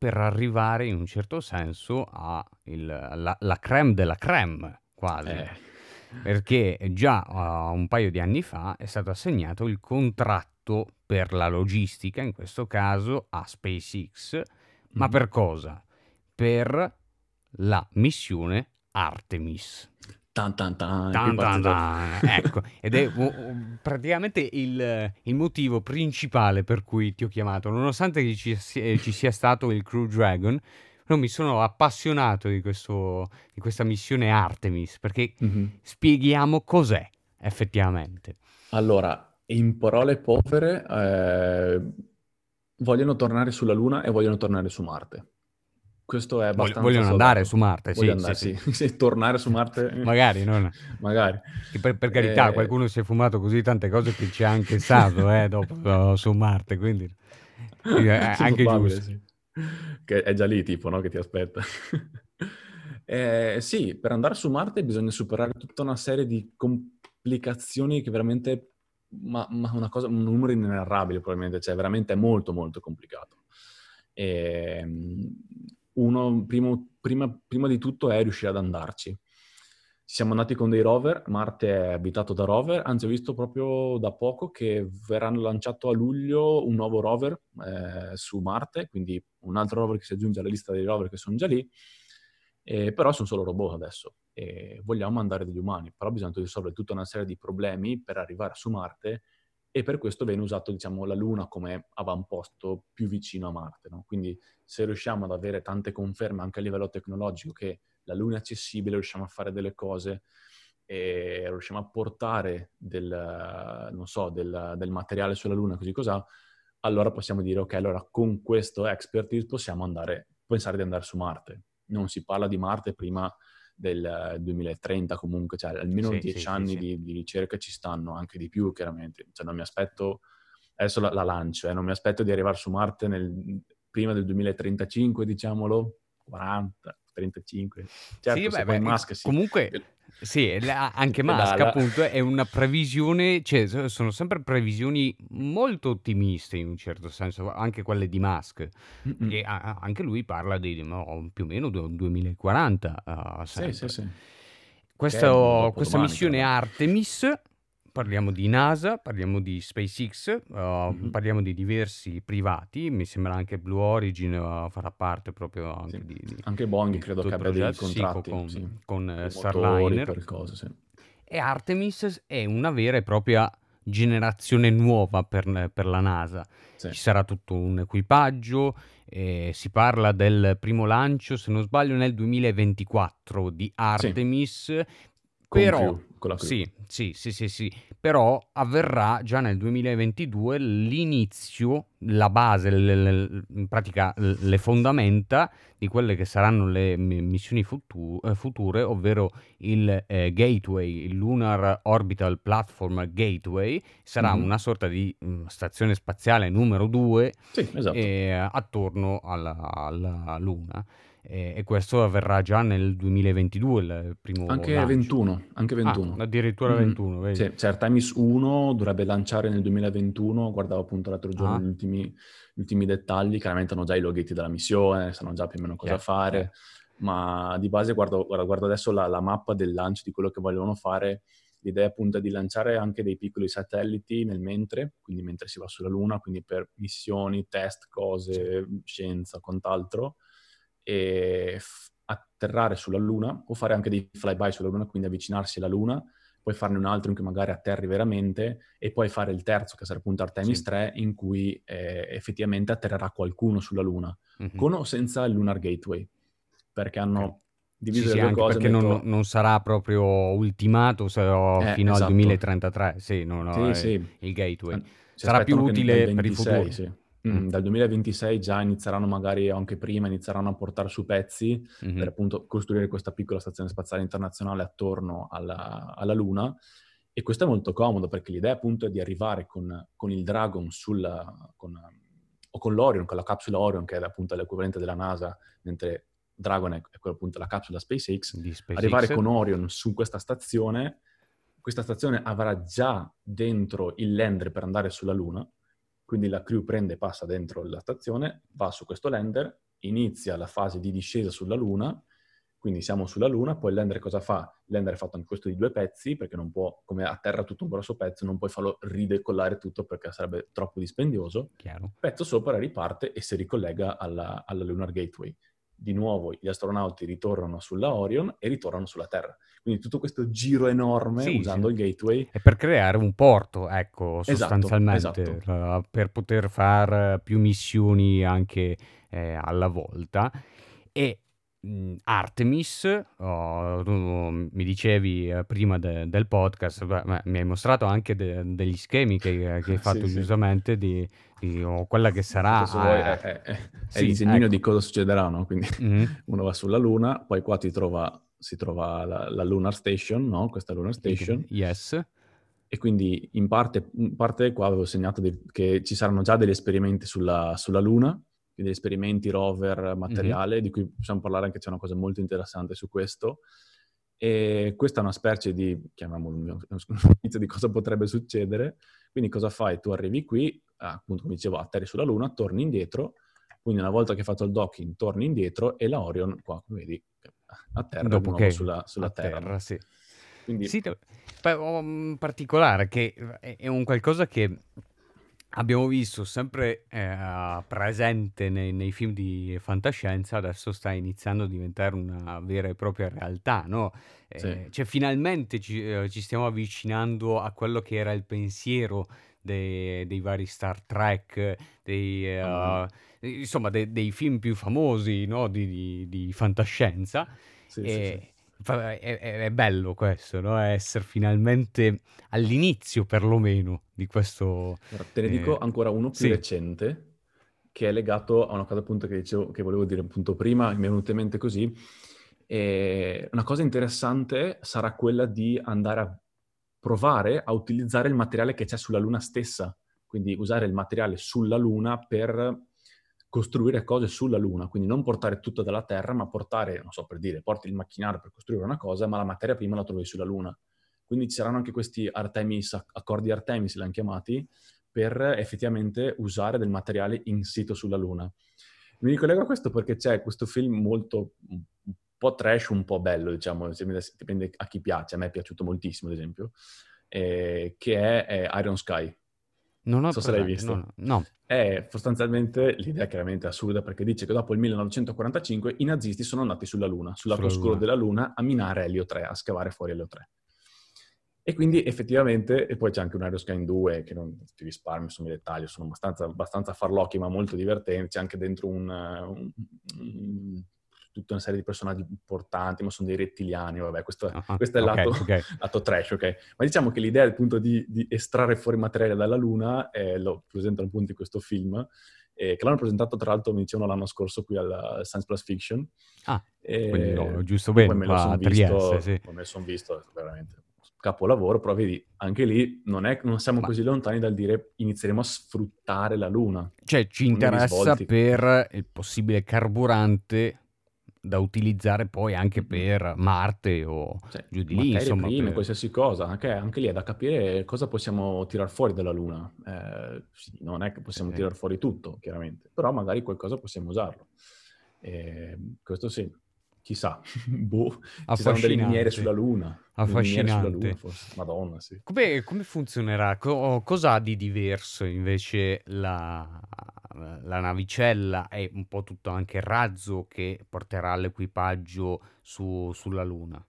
per arrivare in un certo senso la crème della crème, quasi. Perché già un paio di anni fa è stato assegnato il contratto per la logistica, in questo caso a SpaceX, ma per cosa? Per la missione Artemis. Tan tan tan, qui Tan parte tan già. tan. Ecco, ed è praticamente il motivo principale per cui ti ho chiamato, nonostante che ci sia stato il Crew Dragon, però mi sono appassionato di questa missione Artemis, perché Mhm. spieghiamo cos'è effettivamente. Allora, in parole povere, vogliono tornare sulla Luna e vogliono tornare su Marte. Questo è abbastanza Vogliono andare su soldato. Marte, Voglio sì, andare, sì, sì. sì. Sì, tornare su Marte, Magari, non... magari. Che per carità, Eh, qualcuno si è fumato così tante cose che c'è anche stato, dopo su Marte, quindi è anche Probabile, giusto. sì. Che è già lì, tipo, no? Che ti aspetta. Sì, per andare su Marte bisogna superare tutta una serie di complicazioni che veramente... Ma una cosa, un numero inenarrabile probabilmente, cioè veramente è molto molto complicato. Prima di tutto è riuscire ad andarci. Siamo andati con dei rover, Marte è abitato da rover, anzi ho visto proprio da poco che verranno lanciato a luglio un nuovo rover su Marte, quindi un altro rover che si aggiunge alla lista dei rover che sono già lì, però sono solo robot adesso e vogliamo mandare degli umani, però bisogna risolvere tutta una serie di problemi per arrivare su Marte e per questo viene usato, diciamo, la Luna come avamposto più vicino a Marte, no? Quindi se riusciamo ad avere tante conferme anche a livello tecnologico che la Luna è accessibile, riusciamo a fare delle cose e riusciamo a portare non so, del materiale sulla Luna, così cos'ha, allora possiamo dire, ok, allora con questo expertise possiamo pensare di andare su Marte. Non si parla di Marte prima del 2030 comunque, cioè almeno Sì, 10 sì, sì, anni sì. di ricerca ci stanno, anche di più chiaramente. Cioè non mi aspetto, adesso la lancio, non mi aspetto di arrivare su Marte prima del 2035, diciamolo, 40, 35. Sì, Certo, se poi Musk si... comunque, sì, anche E Musk appunto è una previsione, cioè sono sempre previsioni molto ottimiste in un certo senso, anche quelle di Musk, Mm-mm. perché anche lui parla di più o meno 2040, Sì, sì, sempre. sì. Che è dopo Questa domani, tra missione l'altro. Artemis, parliamo di NASA, parliamo di SpaceX, Mhm. parliamo di diversi privati, mi sembra anche Blue Origin farà parte proprio Sì. anche Anche Boeing di credo tutto che il abbia dei progetto, sì, contratti, sì. con Per i motori, Starliner. per le cose, sì. E Artemis è una vera e propria generazione nuova per la NASA. Sì. Ci sarà tutto un equipaggio, si parla del primo lancio, se non sbaglio, nel 2024 di Sì, Artemis, con però crew, con la crew. sì, però avverrà già nel 2022 l'inizio, la base, in pratica le fondamenta di quelle che saranno le missioni future, ovvero il Gateway, il Lunar Orbital Platform Gateway, sarà Mhm. una sorta di stazione spaziale numero 2 Sì, esatto. attorno alla Luna. E questo avverrà già nel 2022, il primo Anche lancio. 21, anche Ah, 21. addirittura Mhm. 21, vedi? Sì, c'è Artemis 1, dovrebbe lanciare nel 2021, guardavo appunto l'altro giorno Ah, gli ultimi dettagli, chiaramente hanno già i loghetti della missione, sanno già più o meno cosa chiaro. fare, ma di base guardo adesso la mappa del lancio di quello che vogliono fare, l'idea appunto è di lanciare anche dei piccoli satelliti nel mentre, quindi mentre si va sulla Luna, quindi per missioni, test, Sì. cose, scienza, quant'altro, e atterrare sulla Luna o fare anche dei flyby sulla Luna, quindi avvicinarsi alla Luna, poi farne un altro in cui magari atterri veramente e poi fare il terzo, che sarà appunto Artemis Sì. 3, in cui effettivamente atterrerà qualcuno sulla Luna, Mhm. con o senza il Lunar Gateway, perché Ok. hanno Sì, diviso le sì, due anche cose, hanno perché detto, non sarà proprio ultimato fino al esatto, 2033, sì, no, sì, è sì. il gateway. Si Sarà più aspettano che dal utile per i 26, futuri. sì. Mm. Dal 2026 già inizieranno magari, anche prima, inizieranno a portare su pezzi per Mhm. appunto costruire questa piccola stazione spaziale internazionale attorno alla Luna. E questo è molto comodo perché l'idea appunto è di arrivare con il Dragon o con l'Orion, con la capsula Orion, che è appunto l'equivalente della NASA, mentre Dragon è quello appunto la capsula SpaceX, Di arrivare SpaceX. con Orion su questa stazione avrà già dentro il lander per andare sulla Luna, quindi la crew prende e passa dentro la stazione, va su questo lander, inizia la fase di discesa sulla Luna, quindi siamo sulla Luna, poi il lander cosa fa? Il lander è fatto anche questo di 2 pezzi, perché non può, come a terra tutto un grosso pezzo, non puoi farlo ridecollare tutto perché sarebbe troppo dispendioso. Chiaro. Pezzo sopra riparte e si ricollega alla Lunar Gateway. Di nuovo gli astronauti ritornano sulla Orion e ritornano sulla Terra. Quindi tutto questo giro enorme usando il gateway. È per creare un porto, ecco, sostanzialmente, esatto. per poter fare più missioni anche alla volta. E Artemis, tu mi dicevi prima del podcast, mi hai mostrato anche degli schemi che hai fatto giustamente di quella che sarà... Se vuoi, è il disegnino di cosa succederà, no? Quindi uno va sulla Luna, poi qua si trova la Lunar Station, no? Questa Lunar Station. Yes. E quindi in parte qua avevo segnato che ci saranno già degli esperimenti sulla Luna, quindi esperimenti, rover, materiale, di cui possiamo parlare anche, c'è una cosa molto interessante su questo. E questa è una specie di, chiamiamolo, un inizio di cosa potrebbe succedere. Quindi cosa fai? Tu arrivi qui, appunto come dicevo, atterri sulla Luna, torni indietro, quindi una volta che hai fatto il docking torni indietro e la Orion, qua come vedi, atterra dopo di nuovo che sulla Terra. Sì. Quindi... Sì, in particolare che è un qualcosa che abbiamo visto sempre presente nei film di fantascienza, adesso sta iniziando a diventare una vera e propria realtà, no? Sì. Cioè finalmente ci stiamo avvicinando a quello che era il pensiero dei vari Star Trek, insomma dei film più famosi, no? di fantascienza. Sì. È bello questo, no? Essere finalmente all'inizio perlomeno di questo... Ora, te ne dico ancora uno più recente, che è legato a una cosa appunto che dicevo, che volevo dire appunto prima, mi è venuto in mente così. Una cosa interessante sarà quella di andare a provare a utilizzare il materiale che c'è sulla Luna stessa, quindi usare il materiale sulla Luna per costruire cose sulla Luna, quindi non portare tutto dalla Terra, ma portare, non so per dire, porti il macchinario per costruire una cosa, ma la materia prima la trovi sulla Luna. Quindi ci saranno anche questi accordi Artemis, li hanno chiamati, per effettivamente usare del materiale in sito sulla Luna. Mi ricollego a questo perché c'è questo film molto, un po' trash, un po' bello, diciamo, dipende a chi piace, a me è piaciuto moltissimo, ad esempio, che è Iron Sky. Non so se l'hai visto. No. È sostanzialmente, l'idea è chiaramente assurda perché dice che dopo il 1945 i nazisti sono andati sulla Luna, sul lato oscuro della Luna, a minare Elio 3, a scavare fuori Elio 3. E quindi effettivamente, e poi c'è anche un Aerosky in 2 che non ti risparmio, sono i dettagli, sono abbastanza farlocchi ma molto divertenti, c'è anche dentro tutta una serie di personaggi importanti, ma sono dei rettiliani, vabbè, questo è il lato trash, ok? Ma diciamo che l'idea appunto di estrarre fuori materiale dalla Luna, lo presentano appunto in questo film, che l'hanno presentato tra l'altro, mi dicevano, l'anno scorso qui al Science Plus Fiction. Quindi no, giusto bene, poi me lo sono visto, veramente capolavoro, però vedi, anche lì non siamo così lontani dal dire inizieremo a sfruttare la Luna. Cioè ci interessa per il possibile carburante da utilizzare poi anche per Marte o giù di lì, insomma. Prime, qualsiasi cosa, anche lì è da capire cosa possiamo tirar fuori dalla Luna. Non è che possiamo tirar fuori tutto, chiaramente, però magari qualcosa possiamo usarlo. Questo sì. Chissà, ci saranno delle miniere sulla Luna. Affascinante. Sulla Luna, forse. Madonna, sì. Come funzionerà? Cosa ha di diverso invece la navicella e un po' tutto anche il razzo che porterà l'equipaggio sulla Luna?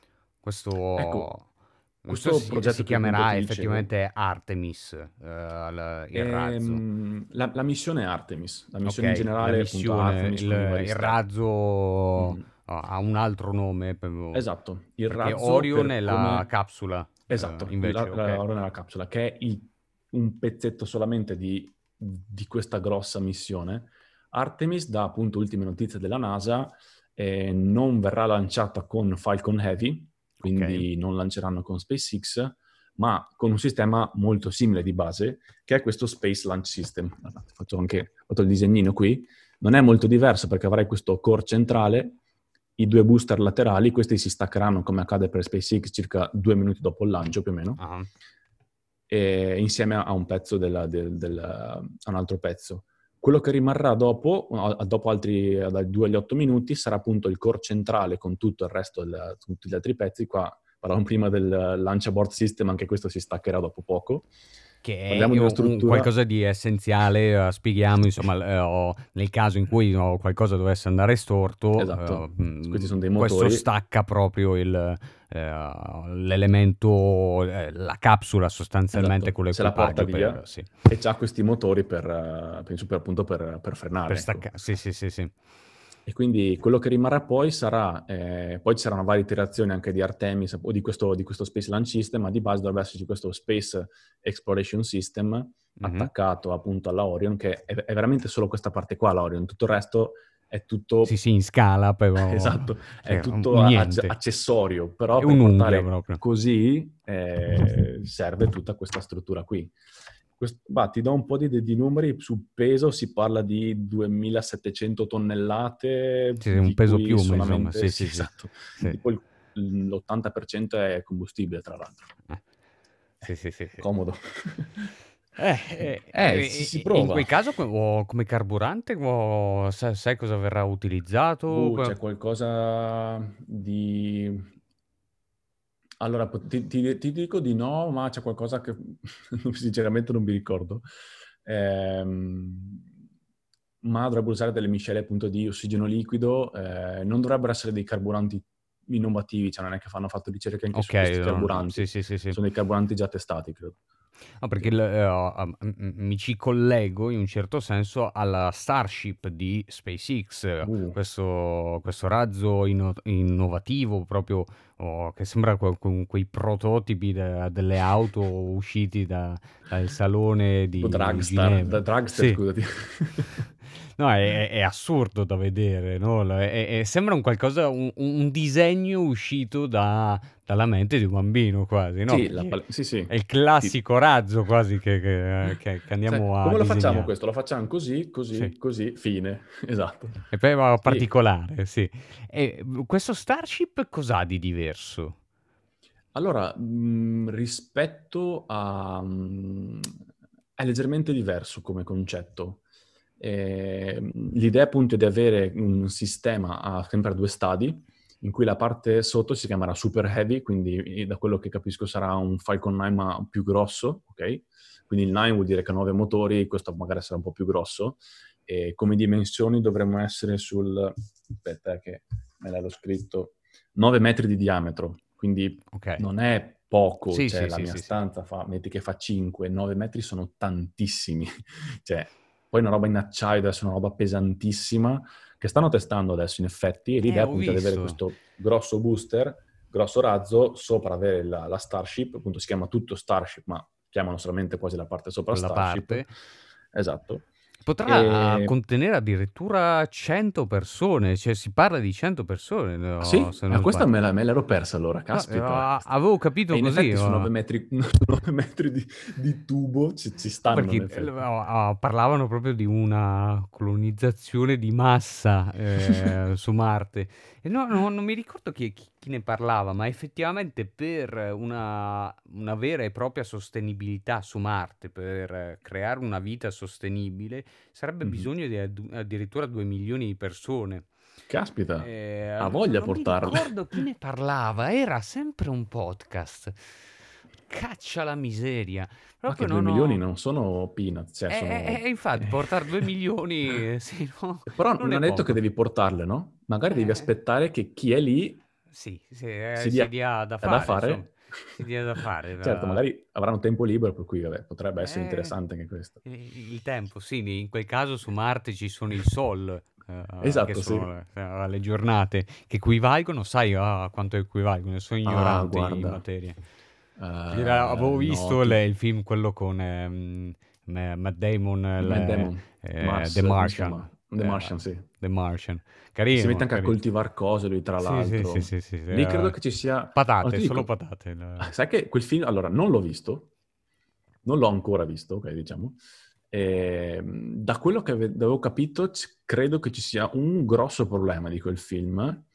Questo progetto si chiamerà effettivamente Artemis, il razzo. La missione è Artemis. La missione in generale è Artemis. Il razzo... ha un altro nome. Esatto, il razzo Orion è la capsula. Esatto, invece, Orion è la capsula, che è un pezzetto solamente di questa grossa missione. Artemis, da appunto ultime notizie della NASA, non verrà lanciata con Falcon Heavy, quindi non lanceranno con SpaceX, ma con un sistema molto simile di base, che è questo Space Launch System. Ho fatto il disegnino qui. Non è molto diverso perché avrai questo core centrale, i 2 booster laterali, questi si staccheranno come accade per SpaceX circa 2 minuti dopo il lancio più o meno, e insieme a un pezzo a un altro pezzo. Quello che rimarrà dopo altri dai 2 agli 8 minuti, sarà appunto il core centrale con tutto il resto, tutti gli altri pezzi. Qua parlavamo prima del launch abort system, anche questo si staccherà dopo poco. Che Parliamo è di una un struttura... qualcosa di essenziale, spieghiamo, insomma, nel caso in cui qualcosa dovesse andare storto, Esatto, questi sono dei questo motori. stacca proprio l'elemento, la capsula sostanzialmente Esatto, con se la porta l'equipaggio via sì, e c'ha questi motori penso appunto per frenare, per ecco. staccare. Sì, sì, sì, sì. E quindi quello che rimarrà poi sarà, poi ci saranno varie iterazioni anche di Artemis o di questo Space Launch System, ma di base dovrebbe esserci questo Space Exploration System attaccato appunto alla Orion, che è veramente solo questa parte qua, la Orion, tutto il resto è Sì, tutto... sì, in scala, però Esatto, è cioè, tutto un niente. accessorio, È però per un'unghia portare proprio. così serve tutta questa struttura qui. Ti do un po' di numeri. Sul peso si parla di 2700 tonnellate, Sì, un di peso cui piume, insomma, solamente... sì, Sì, sì, sì. esatto. Sì. Tipo l'80% è combustibile, tra l'altro. Sì, sì, sì, sì. Comodo. Si In prova. quel caso, come carburante, sai cosa verrà utilizzato? C'è qualcosa di... Allora, ti dico di no, ma c'è qualcosa che sinceramente non mi ricordo. Ma dovrebbero usare delle miscele appunto di ossigeno liquido, non dovrebbero essere dei carburanti innovativi, cioè non è che hanno fatto ricerche anche su Ok, questi sì, carburanti, sì, sì, sì. sono dei carburanti già testati, credo. No, perché mi ci collego in un certo senso alla Starship di SpaceX, questo razzo innovativo proprio, che sembra con quei prototipi delle auto usciti dal salone Tipo di Dragster, Ginevra. Dragster, Sì. scusati. No, è assurdo da vedere, no? Sembra un qualcosa, un disegno uscito dalla mente di un bambino quasi, no? Sì, Perché sì, sì. è il classico razzo quasi che andiamo a Come lo facciamo disegnare. questo? Lo facciamo così, Sì. così, così, fine. Esatto. E poi va Sì. particolare, sì. E questo Starship cos'ha di diverso? Allora, rispetto è leggermente diverso come concetto. L'idea appunto è di avere un sistema sempre a 2 stadi, in cui la parte sotto si chiamerà Super Heavy, quindi da quello che capisco sarà un Falcon 9 ma più grosso, ok? Quindi il 9 vuol dire che ha 9 motori, questo magari sarà un po' più grosso. E come dimensioni dovremmo essere aspetta che me l'ero scritto, 9 metri di diametro, quindi Ok. non è poco, Sì, cioè sì, la sì, mia sì, sì. stanza metti che fa 5, 9 metri sono tantissimi, cioè poi una roba in acciaio, adesso è una roba pesantissima, che stanno testando adesso in effetti, e l'idea Ho appunto è di avere visto. questo grosso booster, grosso razzo, sopra avere la Starship, appunto si chiama tutto Starship, ma chiamano solamente quasi la parte sopra Quella Starship, parte. esatto. Potrà E... contenere addirittura 100 persone, cioè si parla di 100 persone, Ah no, sì? se non Questa sbaglio. me l'ero persa allora, No, caspita. avevo E capito in così, effetti su 9 metri, su 9 metri di tubo ci no, stanno, in perché effetti. parlavano proprio di una colonizzazione di massa su Marte. E non mi ricordo chi ne parlava, ma effettivamente per una vera e propria sostenibilità su Marte, per creare una vita sostenibile, sarebbe Mhm. bisogno di addirittura 2 milioni di persone. Caspita, ha voglia a Non mi portarle. ricordo chi ne parlava, era sempre un podcast. Caccia la miseria. Ma che Proprio 2 non milioni ho... non sono peanuts, cioè sono... Infatti, portare 2 milioni, sì, no, Però non è non è detto che poco. devi portarle, no? Magari devi Eh, aspettare che chi è lì sì, si si dia dia da da fare, insomma. fare. Si dia da fare. Certo, magari avranno tempo libero, per cui vabbè, potrebbe essere Eh, interessante anche questo. il tempo, sì, in quel caso su Marte ci sono i sol, che Esatto, sì. sono le giornate, che equivalgono, sai a quanto equivalgono, sono Ah, ignorante in guarda, materia. Avevo no, visto il film, quello con Matt Damon, Matt Damon, The Come si Martian. chiama? The Martian, sì. The Martian. Che si mette Carino, anche a carino. coltivare cose lui, tra Sì, sì, sì, l'altro. sì, sì. Lì credo che ci sia... Allora, Patate, ti solo dico, patate. sai che quel film... Allora, non l'ho visto, non l'ho ancora visto, ok, diciamo. Da quello che avevo capito, credo che ci sia un grosso problema di quel film,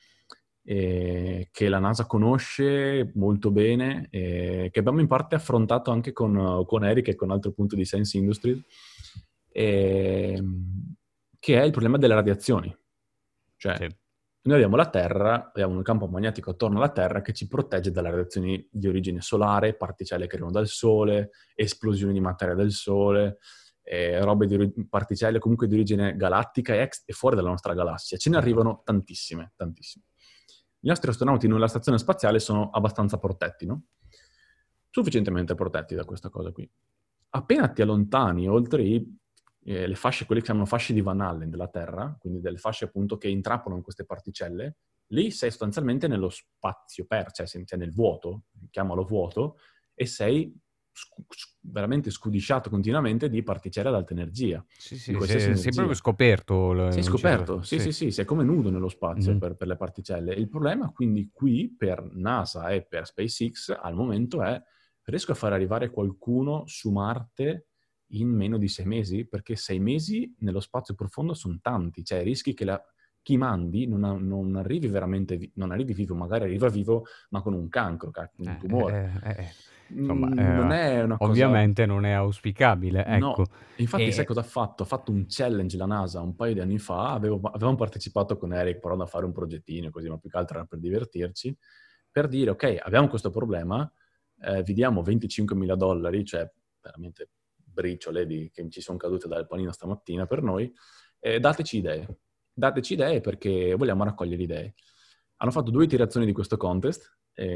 che la NASA conosce molto bene, che abbiamo in parte affrontato anche con Eric e con altro punto di Science Industries, che è il problema delle radiazioni. Cioè, Sì. noi abbiamo la Terra, abbiamo un campo magnetico attorno alla Terra che ci protegge dalle radiazioni di origine solare, particelle che arrivano dal Sole, esplosioni di materia del Sole, robe particelle comunque di origine galattica e fuori dalla nostra galassia. Ce ne arrivano tantissime, tantissime. Gli nostri astronauti nella stazione spaziale sono abbastanza protetti, no? Sufficientemente protetti da questa cosa qui. Appena ti allontani oltre le fasce, quelle che si chiamano fasce di Van Allen della Terra, quindi delle fasce appunto che intrappolano in queste particelle, lì sei sostanzialmente nello spazio cioè sei nel vuoto, chiamalo vuoto, e sei veramente scudisciato continuamente di particelle ad alta energia. Sì, di qualsiasi energia. sei proprio scoperto. Sei scoperto, sì, sei come nudo nello spazio Mm-hmm. per le particelle. Il problema quindi qui per NASA e per SpaceX al momento è: riesco a far arrivare qualcuno su Marte in meno di 6 mesi? Perché 6 mesi nello spazio profondo sono tanti, cioè rischi che chi mandi non arrivi veramente, non arrivi vivo, magari arriva vivo ma con un cancro, un tumore. Insomma, Non è una cosa... ovviamente non è auspicabile, ecco. No, infatti sai cosa ha fatto? Ha fatto un challenge la NASA un paio di anni fa, avevamo partecipato con Eric provando a fare un progettino così, ma più che altro era per divertirci, per dire ok, abbiamo questo problema, vi diamo $25.000, cioè veramente briciole che ci sono cadute dal panino stamattina per noi, dateci idee perché vogliamo raccogliere idee. Hanno fatto 2 iterazioni di questo contest,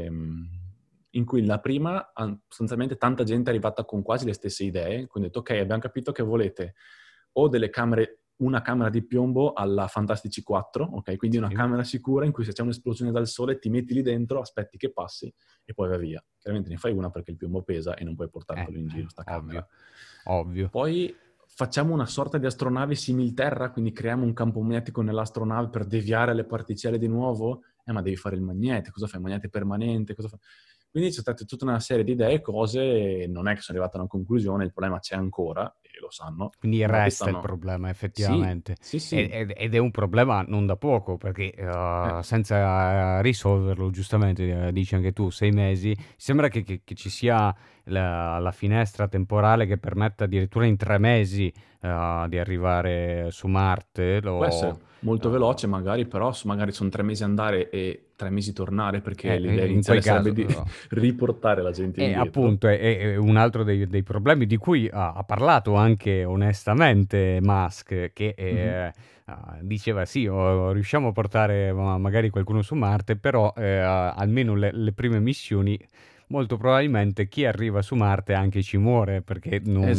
in cui la prima, sostanzialmente tanta gente è arrivata con quasi le stesse idee, quindi ho detto ok, abbiamo capito che volete o delle camere, una camera di piombo alla Fantastici 4, ok? Quindi una camera sicura in cui se c'è un'esplosione dal sole ti metti lì dentro, aspetti che passi e poi va via. Chiaramente ne fai una perché il piombo pesa e non puoi portartelo in giro sta camera. Ovvio. Poi facciamo una sorta di astronave simil-terra, quindi creiamo un campo magnetico nell'astronave per deviare le particelle di nuovo. Ma devi fare il magnete, cosa fai? Il magnete permanente, cosa fai? Quindi c'è stata tutta una serie di idee, cose, non è che sono arrivata a una conclusione, il problema c'è ancora, e lo sanno. Quindi resta il problema, effettivamente. Sì. Ed è un problema non da poco, perché senza risolverlo, giustamente, dici anche tu, 6 mesi, sembra che ci sia la finestra temporale che permetta addirittura in 3 mesi di arrivare su Marte. Può essere molto veloce magari, però magari sono 3 mesi andare e 3 mesi tornare, perché l'idea iniziale sarebbe di riportare la gente indietro. Appunto, è un altro dei problemi di cui ha parlato anche onestamente Musk, che diceva sì, riusciamo a portare magari qualcuno su Marte, però almeno le prime missioni, molto probabilmente chi arriva su Marte anche ci muore, perché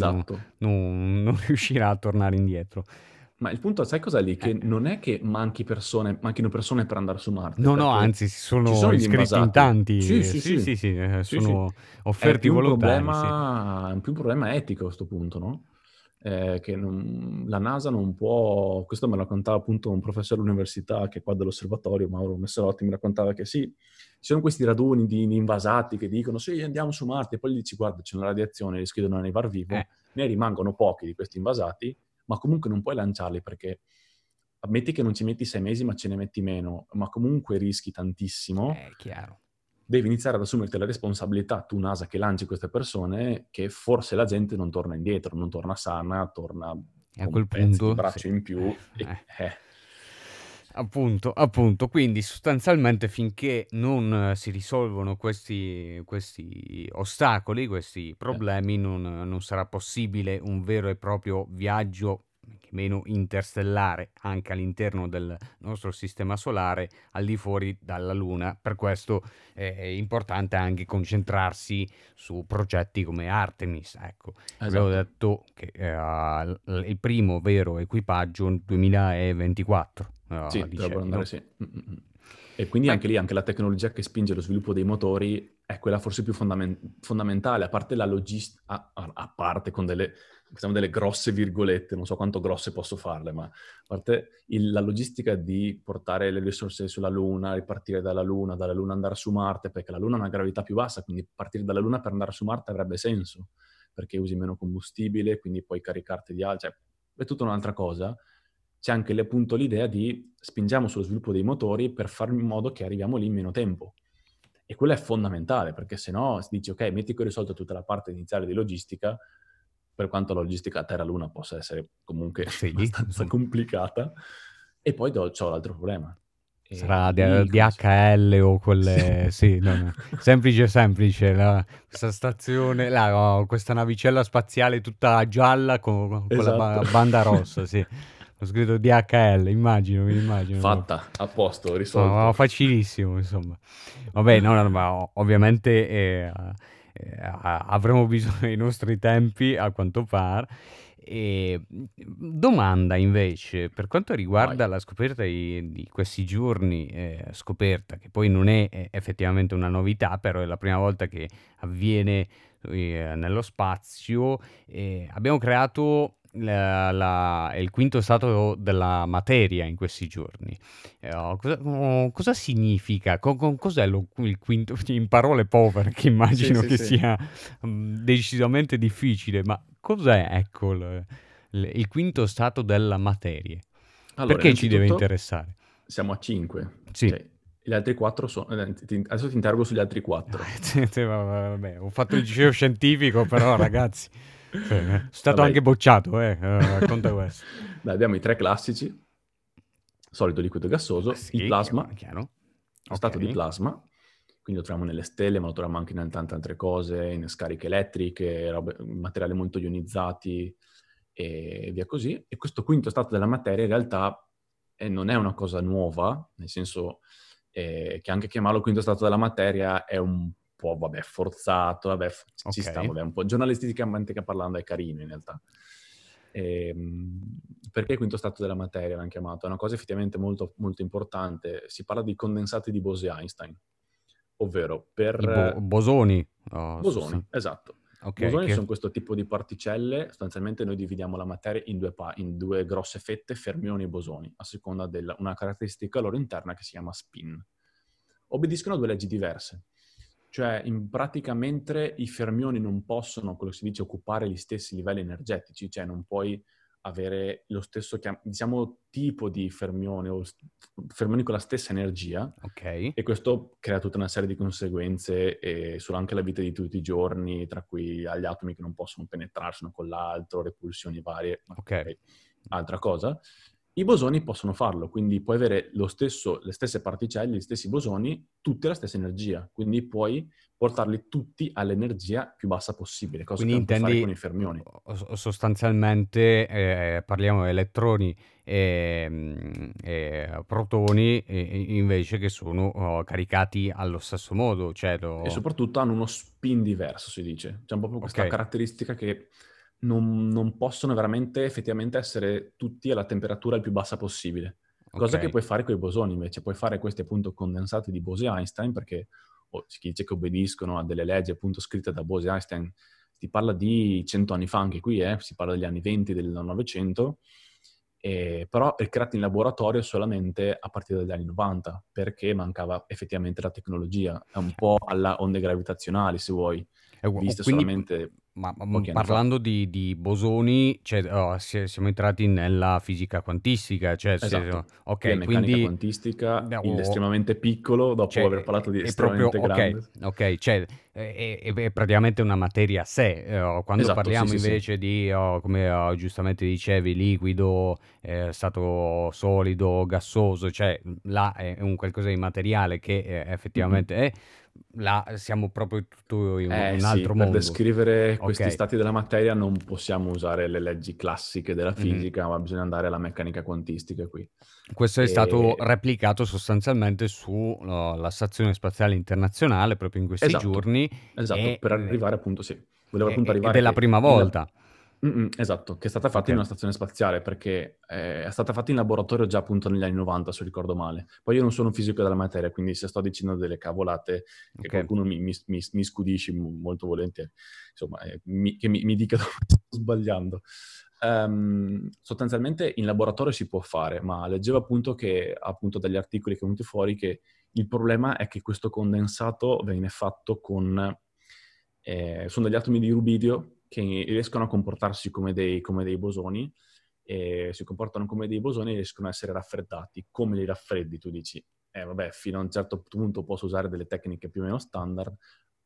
non riuscirà a tornare indietro. Ma il punto, sai cosa lì? Che non è che manchino persone per andare su Marte. No, anzi, ci sono iscritti in tanti. Sì, sono offerti volontari. È più un problema etico a questo punto, no? Che la NASA non può... Questo me lo raccontava appunto un professore all'università che è qua dell'osservatorio, Mauro Messerotti, mi raccontava che sì, ci sono questi raduni di invasati che dicono sì, andiamo su Marte, e poi gli dici guarda, c'è una radiazione, rischi di non arrivare vivo, ne rimangono pochi di questi invasati, ma comunque non puoi lanciarli perché ammetti che non ci metti 6 mesi ma ce ne metti meno, ma comunque rischi tantissimo. È chiaro. Devi iniziare ad assumerti la responsabilità, tu NASA che lanci queste persone, che forse la gente non torna indietro, non torna sana, torna a con quel pezzi punto, di braccio in più. Appunto, quindi sostanzialmente finché non si risolvono questi ostacoli, questi problemi, non sarà possibile un vero e proprio viaggio, meno interstellare, anche all'interno del nostro sistema solare, al di fuori dalla Luna. Per questo è importante anche concentrarsi su progetti come Artemis. Ecco, abbiamo detto che il primo vero equipaggio nel 2024. Sì, dovrebbero andare, sì. E quindi anche lì, anche la tecnologia che spinge lo sviluppo dei motori è quella forse più fondamentale, a parte la logistica, a parte con delle grosse virgolette, non so quanto grosse posso farle, ma a parte la logistica di portare le risorse sulla Luna, ripartire dalla Luna andare su Marte, perché la Luna ha una gravità più bassa, quindi partire dalla Luna per andare su Marte avrebbe senso, perché usi meno combustibile, quindi puoi caricarti di altro, cioè è tutta un'altra cosa. C'è anche appunto l'idea di spingiamo sullo sviluppo dei motori per fare in modo che arriviamo lì in meno tempo. E quello è fondamentale, perché se no si dice ok, metti che ho risolto tutta la parte iniziale di logistica, per quanto la logistica Terra-Luna possa essere comunque Sì, abbastanza insomma. complicata. E poi c'ho l'altro problema. E Sarà lì, come si fa? DHL o Sì. quelle... Sì, no, no. Semplice, semplice. Questa stazione, questa navicella spaziale tutta gialla con la Esatto. banda rossa, sì. Ho scritto DHL, immagino, mi immagino proprio. Fatta, a posto, No, risolto. ma facilissimo, insomma. Vabbè, no, no, ma ovviamente avremo bisogno dei nostri tempi, a quanto pare. E, domanda invece, per quanto Vai. riguarda la scoperta di questi giorni, scoperta che poi non è effettivamente una novità, però è la prima volta che avviene nello spazio, abbiamo creato il quinto stato della materia in questi giorni. Cosa significa? Cos'è il quinto? In parole povere, che Sì, immagino sì, che sì. sia decisamente difficile, ma cos'è, ecco, il quinto stato della materia? Allora, Perché ci deve innanzitutto interessare? siamo a 5. Sì. Cioè, gli altri 4 sono... adesso ti interrogo sugli altri Ah, 4. vabbè, ho fatto il liceo scientifico, però ragazzi, cioè, sono stato Vabbè. anche bocciato, racconta questo. Dai, abbiamo i 3 classici, solido, liquido e gassoso, il Sì, plasma, chiaro. lo stato di Ok. plasma, quindi lo troviamo nelle stelle, ma lo troviamo anche in tante altre cose, in scariche elettriche, materiali molto ionizzati e via così. E questo quinto stato della materia in realtà non è una cosa nuova, nel senso che anche chiamarlo quinto stato della materia è un po', vabbè, forzato, vabbè, ci Ok. sta, vabbè, un po' giornalisticamente parlando è carino in realtà. Perché quinto stato della materia l'hanno chiamato? È una cosa effettivamente molto, molto importante. Si parla di condensati di Bose-Einstein, ovvero I per bosoni. Oh, bosoni, esatto. ok, Bosoni sono questo tipo di particelle, sostanzialmente noi dividiamo la materia in due grosse fette, fermioni e bosoni, a seconda di una caratteristica loro interna che si chiama spin. Obbediscono a due leggi diverse. Cioè, in pratica, mentre i fermioni non possono, quello che si dice, occupare gli stessi livelli energetici, cioè non puoi avere lo stesso, diciamo, tipo di fermione o fermioni con la stessa energia, ok. e questo crea tutta una serie di conseguenze anche la vita di tutti i giorni, tra cui gli atomi che non possono penetrarsi uno con l'altro, repulsioni varie, ma Ok. altra cosa. I bosoni possono farlo, quindi puoi avere le stesse particelle, gli stessi bosoni, tutti alla stessa energia, quindi puoi portarli tutti all'energia più bassa possibile, cosa che Quindi non puoi fare con intendi i fermioni. sostanzialmente parliamo di elettroni e protoni invece che sono caricati allo stesso modo, cioè E soprattutto hanno uno spin diverso, si dice. C'è proprio ok, questa caratteristica che non possono veramente effettivamente essere tutti alla temperatura il più bassa possibile. ok. Cosa che puoi fare con i bosoni, invece. Puoi fare questi appunto condensati di Bose-Einstein, perché si dice che obbediscono a delle leggi appunto scritte da Bose-Einstein. Si parla di 100 anni fa anche qui, si parla degli anni 20 del Novecento, però è creato in laboratorio solamente a partire dagli anni 90, perché mancava effettivamente la tecnologia, è un po' alla onde gravitazionali, se vuoi, viste Quindi, solamente ma pochi anni fa. parlando di bosoni, cioè, siamo entrati nella fisica quantistica, cioè, Esatto. Qui è ok, meccanica quindi quantistica, il no, estremamente piccolo, dopo aver cioè, parlato di è proprio estremamente ok, grande. ok, cioè, è praticamente una materia a sé. Quando Esatto, sì, parliamo sì, sì. invece di, come giustamente dicevi, liquido, stato solido, gassoso, cioè là è un qualcosa di materiale che Mm-mm. effettivamente è, là siamo proprio tutto in Eh un sì, altro per mondo. descrivere questi Ok. stati della materia non possiamo usare le leggi classiche della Mhm. fisica, ma bisogna andare alla meccanica quantistica qui. Questo è stato E... replicato sostanzialmente sulla Stazione Spaziale Internazionale proprio in questi Esatto, giorni esatto, per arrivare appunto, sì. Volevo appunto ed arrivare è la che prima volta. esatto, che è stata fatta Ok, in una stazione spaziale, perché è stata fatta in laboratorio già appunto negli anni 90, se ricordo male. Poi io non sono un fisico della materia, quindi se sto dicendo delle cavolate, che ok. qualcuno mi scudisci molto volentieri, insomma, che mi dica dove sto sbagliando. Sostanzialmente in laboratorio si può fare, ma leggevo appunto che, appunto dagli articoli che sono venuti fuori, che il problema è che questo condensato viene fatto sono degli atomi di rubidio che riescono a comportarsi come dei bosoni, e si comportano come dei bosoni e riescono a essere raffreddati. Come li raffreddi? Tu dici, vabbè, fino a un certo punto posso usare delle tecniche più o meno standard,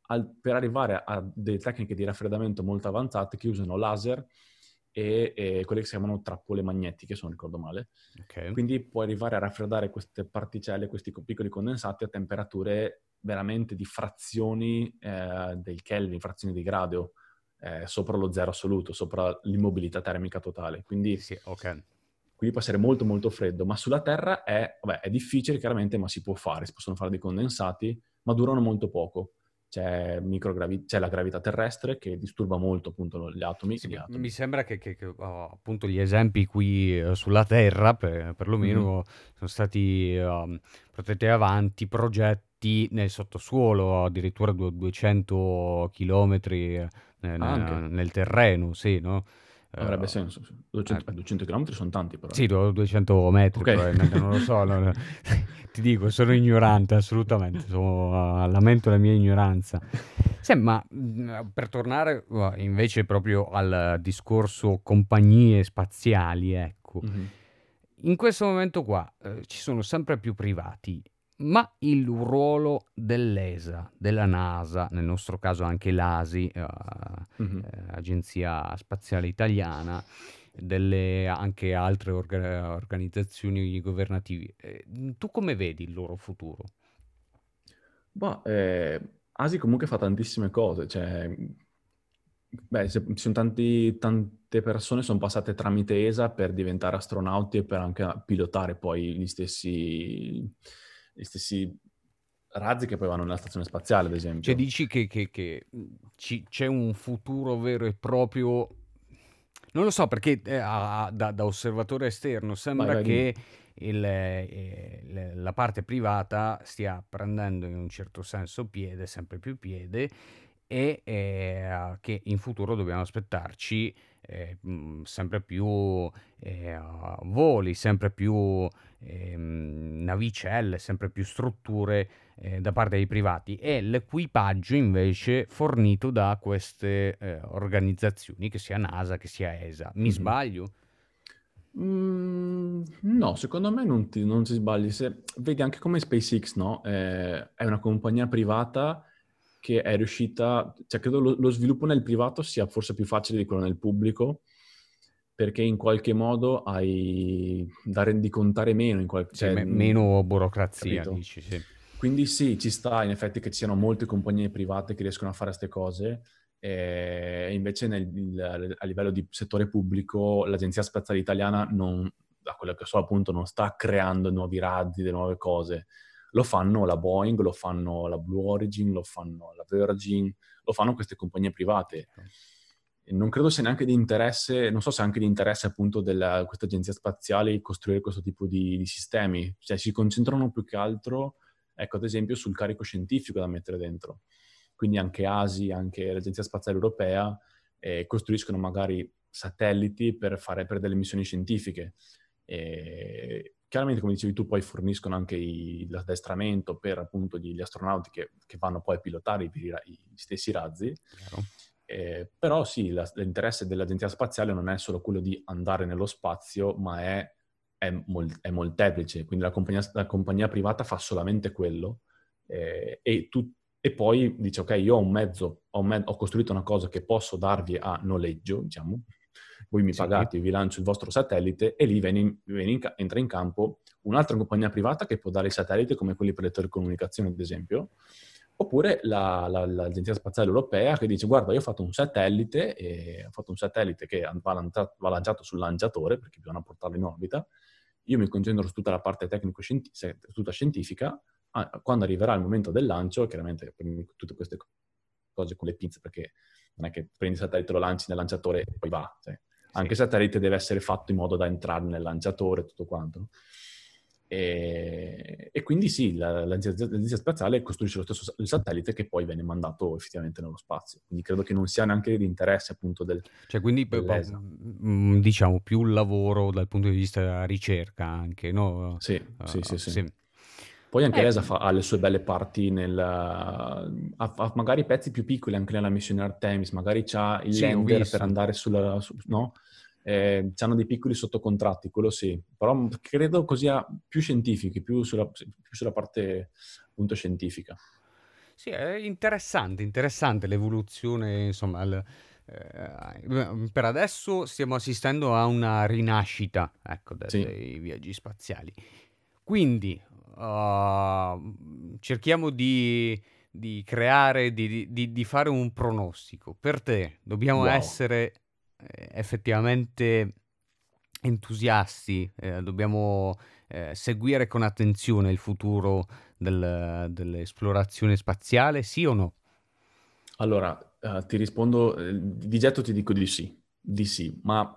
per arrivare a delle tecniche di raffreddamento molto avanzate che usano laser e quelle che si chiamano trappole magnetiche, se non ricordo male. Ok. Quindi puoi arrivare a raffreddare queste particelle, questi piccoli condensati a temperature veramente di frazioni del Kelvin, frazioni di grado, sopra lo zero assoluto, sopra l'immobilità termica totale. Quindi, Sì, ok. quindi può essere molto molto freddo, ma sulla Terra è difficile chiaramente, ma si può fare, si possono fare dei condensati, ma durano molto poco. C'è la gravità terrestre che disturba molto appunto gli atomi. Sì, Gli mi atomi. sembra appunto gli esempi qui sulla Terra, Mhm. perlomeno, sono stati portati avanti progetti nel sottosuolo, addirittura 200 chilometri Anche. nel terreno, sì, no? Avrebbe Eh, senso, sì. eh, 200 km sono tanti però. sì, 200 metri Ok. probabilmente, non lo so. Ti dico, sono ignorante, assolutamente. Lamento la mia ignoranza. Sì, ma per tornare invece proprio al discorso compagnie spaziali, ecco. Mhm. In questo momento qua ci sono sempre più privati, ma il ruolo dell'ESA, della NASA, nel nostro caso anche l'ASI, Mhm. Agenzia Spaziale Italiana, delle anche altre organizzazioni governative, tu come vedi il loro futuro? Boh, Asi comunque fa tantissime cose, cioè, ci sono tante persone sono passate tramite ESA per diventare astronauti e per anche pilotare poi gli stessi razzi che poi vanno nella stazione spaziale, ad Cioè esempio. dici che c'è un futuro vero e proprio. Non lo so perché da osservatore esterno Vai, sembra vai, dimmi. che la parte privata stia prendendo in un certo senso piede, sempre più piede, e che in futuro dobbiamo aspettarci sempre più voli, sempre più navicelle, sempre più strutture da parte dei privati e l'equipaggio invece fornito da queste organizzazioni, che sia NASA, che sia ESA. Mi Mhm. sbaglio? No, secondo me non ti sbagli. Vedi anche come SpaceX, no? È una compagnia privata che è riuscita, cioè credo lo sviluppo nel privato sia forse più facile di quello nel pubblico, perché in qualche modo hai da rendicontare meno, Sì, meno burocrazia, capito? dici, sì. Quindi sì, ci sta in effetti che ci siano molte compagnie private che riescono a fare queste cose, e invece a livello di settore pubblico l'Agenzia Spaziale Italiana non, da quello che so appunto, non sta creando nuovi razzi, delle nuove cose. Lo fanno la Boeing, lo fanno la Blue Origin, lo fanno la Virgin, lo fanno queste compagnie private. Chiaro. E non credo sia neanche di interesse, non so se è anche di interesse appunto della queste agenzie spaziali costruire questo tipo di sistemi. Cioè si concentrano più che altro, ecco, ad esempio, sul carico scientifico da mettere dentro. Quindi anche ASI, anche l'Agenzia Spaziale Europea costruiscono magari satelliti per delle missioni scientifiche. E chiaramente, come dicevi tu, poi forniscono anche l'addestramento per appunto gli astronauti che vanno poi a pilotare gli stessi razzi. Chiaro. Però sì, l'interesse dell'Agenzia Spaziale non è solo quello di andare nello spazio, ma è molteplice. Quindi la compagnia privata fa solamente quello, e poi dice: ok, io ho un mezzo, ho costruito una cosa che posso darvi a noleggio, diciamo. Voi mi Sì, pagate, io vi lancio il vostro satellite e lì entra in campo un'altra compagnia privata che può dare i satelliti come quelli per le telecomunicazioni, ad esempio, oppure l'Agenzia Spaziale Europea che dice: guarda, io ho fatto un satellite, e ho fatto un satellite che va lanciato sul lanciatore, perché bisogna portarlo in orbita. Io mi concentro su tutta la parte tutta scientifica. Quando arriverà il momento del lancio, chiaramente prendi tutte queste cose con le pinze, perché non è che prendi il satellite, lo lanci nel lanciatore e poi va. Cioè, sì. anche il satellite deve essere fatto in modo da entrare nel lanciatore e tutto quanto. E quindi sì, l'agenzia spaziale costruisce lo stesso il satellite che poi viene mandato effettivamente nello spazio. Quindi credo che non sia neanche di interesse appunto Cioè, quindi dell'ESA. diciamo più lavoro dal punto di vista della ricerca anche, no? Sì, sì, sì, sì. Sì. Poi anche Eh, l'ESA ha le sue belle parti ha magari pezzi più piccoli anche nella missione Artemis, magari c'ha il sì, ho lander per visto. andare no? C'hanno dei piccoli sottocontratti, quello sì, però credo così più scientifici, più sulla parte appunto scientifica. Sì, è interessante l'evoluzione, insomma, per adesso stiamo assistendo a una rinascita, ecco, Sì. dei viaggi spaziali. Quindi, cerchiamo di creare, di fare un pronostico. Per te, dobbiamo Wow. essere effettivamente entusiasti, dobbiamo seguire con attenzione il futuro dell'esplorazione spaziale, sì o no? Allora, ti rispondo, di getto ti dico di sì, ma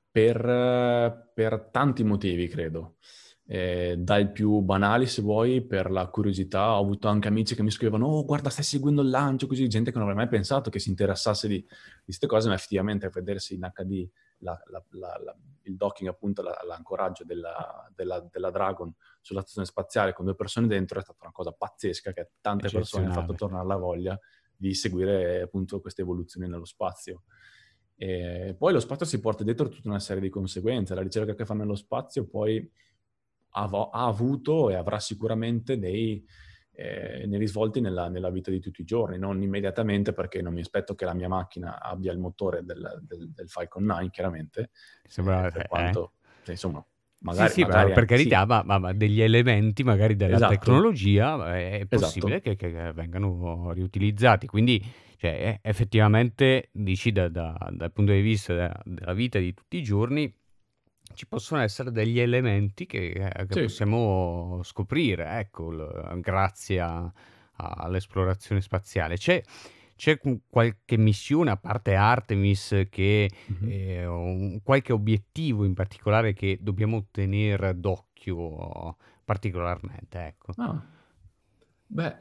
per tanti motivi, credo. Dal più banali, se vuoi, per la curiosità. Ho avuto anche amici che mi scrivevano: "Oh, guarda, stai seguendo il lancio", così, gente che non avrebbe mai pensato che si interessasse di queste cose, ma effettivamente a vedersi in HD il docking, appunto, l'ancoraggio della Dragon sulla stazione spaziale con 2 persone dentro è stata una cosa pazzesca che a tante persone ha fatto Eccezionale. tornare la voglia di seguire appunto queste evoluzioni nello spazio. E poi lo spazio si porta dietro tutta una serie di conseguenze. La ricerca che fa nello spazio poi ha avuto e avrà sicuramente dei risvolti nella vita di tutti i giorni, non immediatamente, perché non mi aspetto che la mia macchina abbia il motore del Falcon 9, chiaramente, Sembra, per quanto, cioè, insomma, Sì, magari, sì, ma magari per anche sì. carità, ma degli elementi magari della Esatto, tecnologia è possibile esatto. che vengano riutilizzati. Quindi, cioè, effettivamente, dici dal punto di vista della vita di tutti i giorni, ci possono essere degli elementi che Sì. possiamo scoprire, ecco, grazie all'esplorazione spaziale. C'è qualche missione, a parte Artemis, che Mh-mh. qualche obiettivo in particolare che dobbiamo tenere d'occhio particolarmente, ecco. Ah. Beh,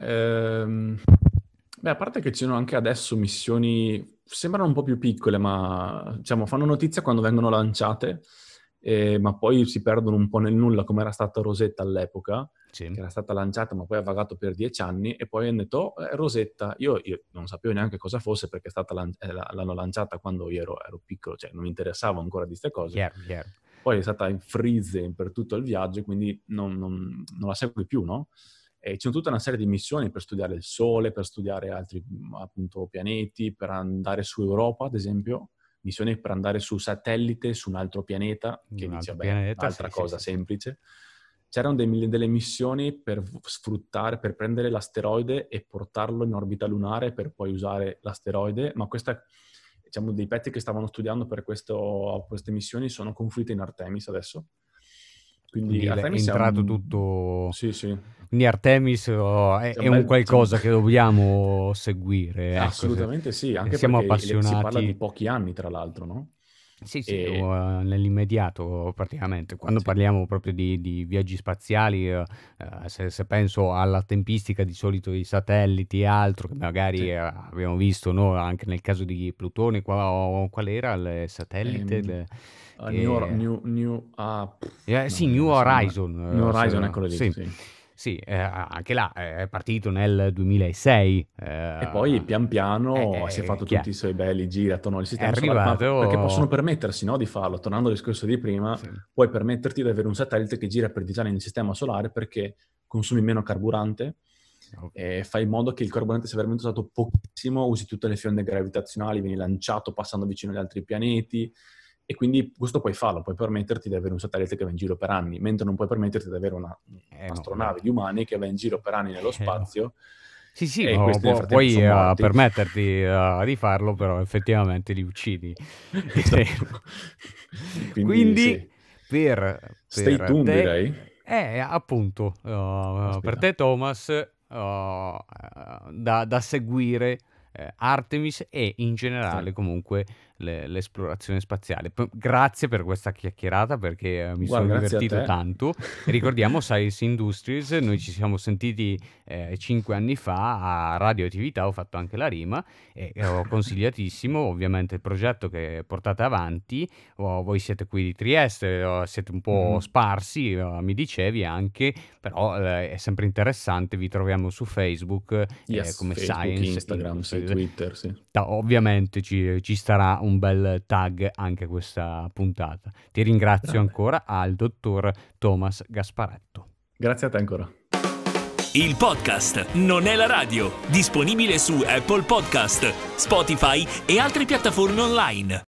a parte che ci sono anche adesso missioni, sembrano un po' più piccole, ma diciamo fanno notizia quando vengono lanciate, ma poi si perdono un po' nel nulla, come era stata Rosetta all'epoca, Sì, che era stata lanciata ma poi ha vagato per 10 anni e poi hanno detto: "Oh, Rosetta." Io non sapevo neanche cosa fosse perché è stata l'hanno lanciata quando io ero piccolo, cioè non mi interessavo ancora di 'ste cose. chiaro, chiaro. Poi è stata in freeze per tutto il viaggio, quindi non la segui più, no? E c'è tutta una serie di missioni per studiare il Sole, per studiare altri, appunto, pianeti, per andare su Europa, ad esempio, missioni per andare su satellite, su un altro pianeta, Di che un dici: altro "Vabbè, pianeta, altra sì, sì, cosa sì, sì. semplice". C'erano delle missioni per sfruttare, per prendere l'asteroide e portarlo in orbita lunare per poi usare l'asteroide, ma questa, diciamo, dei pezzi che stavano studiando per queste missioni sono confluiti in Artemis adesso. Quindi Quindi è Artemis è entrato un... tutto. Sì, sì. Quindi Artemis C'è è un un bel... c'è un- qualcosa che dobbiamo seguire, ecco, Assolutamente sì, se anche siamo perché si parla di appassionati. pochi anni, tra l'altro, no? Sì, sì, E nell'immediato praticamente. Quando sì. parliamo proprio di viaggi spaziali, se penso alla tempistica di solito dei satelliti e altro, che magari Sì. abbiamo visto, no, anche nel caso di Plutone, qual era il satellite? Ehm, Che sì, no, io New adesso non me... New Horizon, Horizon, eccolo lì, sì, sì. sì, anche là è partito nel 2006, E poi pian piano si è fatto tutti i chiaro, suoi belli giri attorno al è sistema solare, ma perché possono arrivato, permettersi, no, di farlo. Tornando al discorso di prima, sì, puoi permetterti di avere un satellite che gira per 10 anni nel sistema solare perché consumi meno carburante ok. e fai in modo che il carburante sia veramente usato pochissimo, usi tutte le fionde gravitazionali, vieni lanciato passando vicino agli altri pianeti e quindi questo puoi farlo, puoi permetterti di avere un satellite che va in giro per anni, mentre non puoi permetterti di avere No, beh, un'astronave di umani che va in giro per anni nello no. spazio Sì, sì, e questi nel frattempo puoi son morti. permetterti di farlo, però effettivamente li uccidi. Esatto. Quindi Quindi sì. Stay per tuned, te, direi. appunto, per Caspita. te Thomas, da seguire Artemis e in Sì. generale comunque l'esplorazione spaziale. Grazie per questa chiacchierata perché mi sono Guarda, grazie a divertito te. tanto. Ricordiamo Science Industries, noi ci siamo sentiti 5 anni fa a Radioattività, ho fatto anche la rima e ho consigliatissimo ovviamente il progetto che portate avanti. Voi siete qui di Trieste, siete un po' Mh-mh. sparsi, mi dicevi anche, però è sempre interessante, vi troviamo su Facebook Yes, come Facebook, Science Instagram, sì, Industries. Twitter, sì. Ovviamente ci starà un bel tag anche questa puntata. Ti ringrazio Grande. ancora al dottor Thomas Gasparetto. Grazie a te ancora. Il podcast Non è la radio, disponibile su Apple Podcast, Spotify e altre piattaforme online.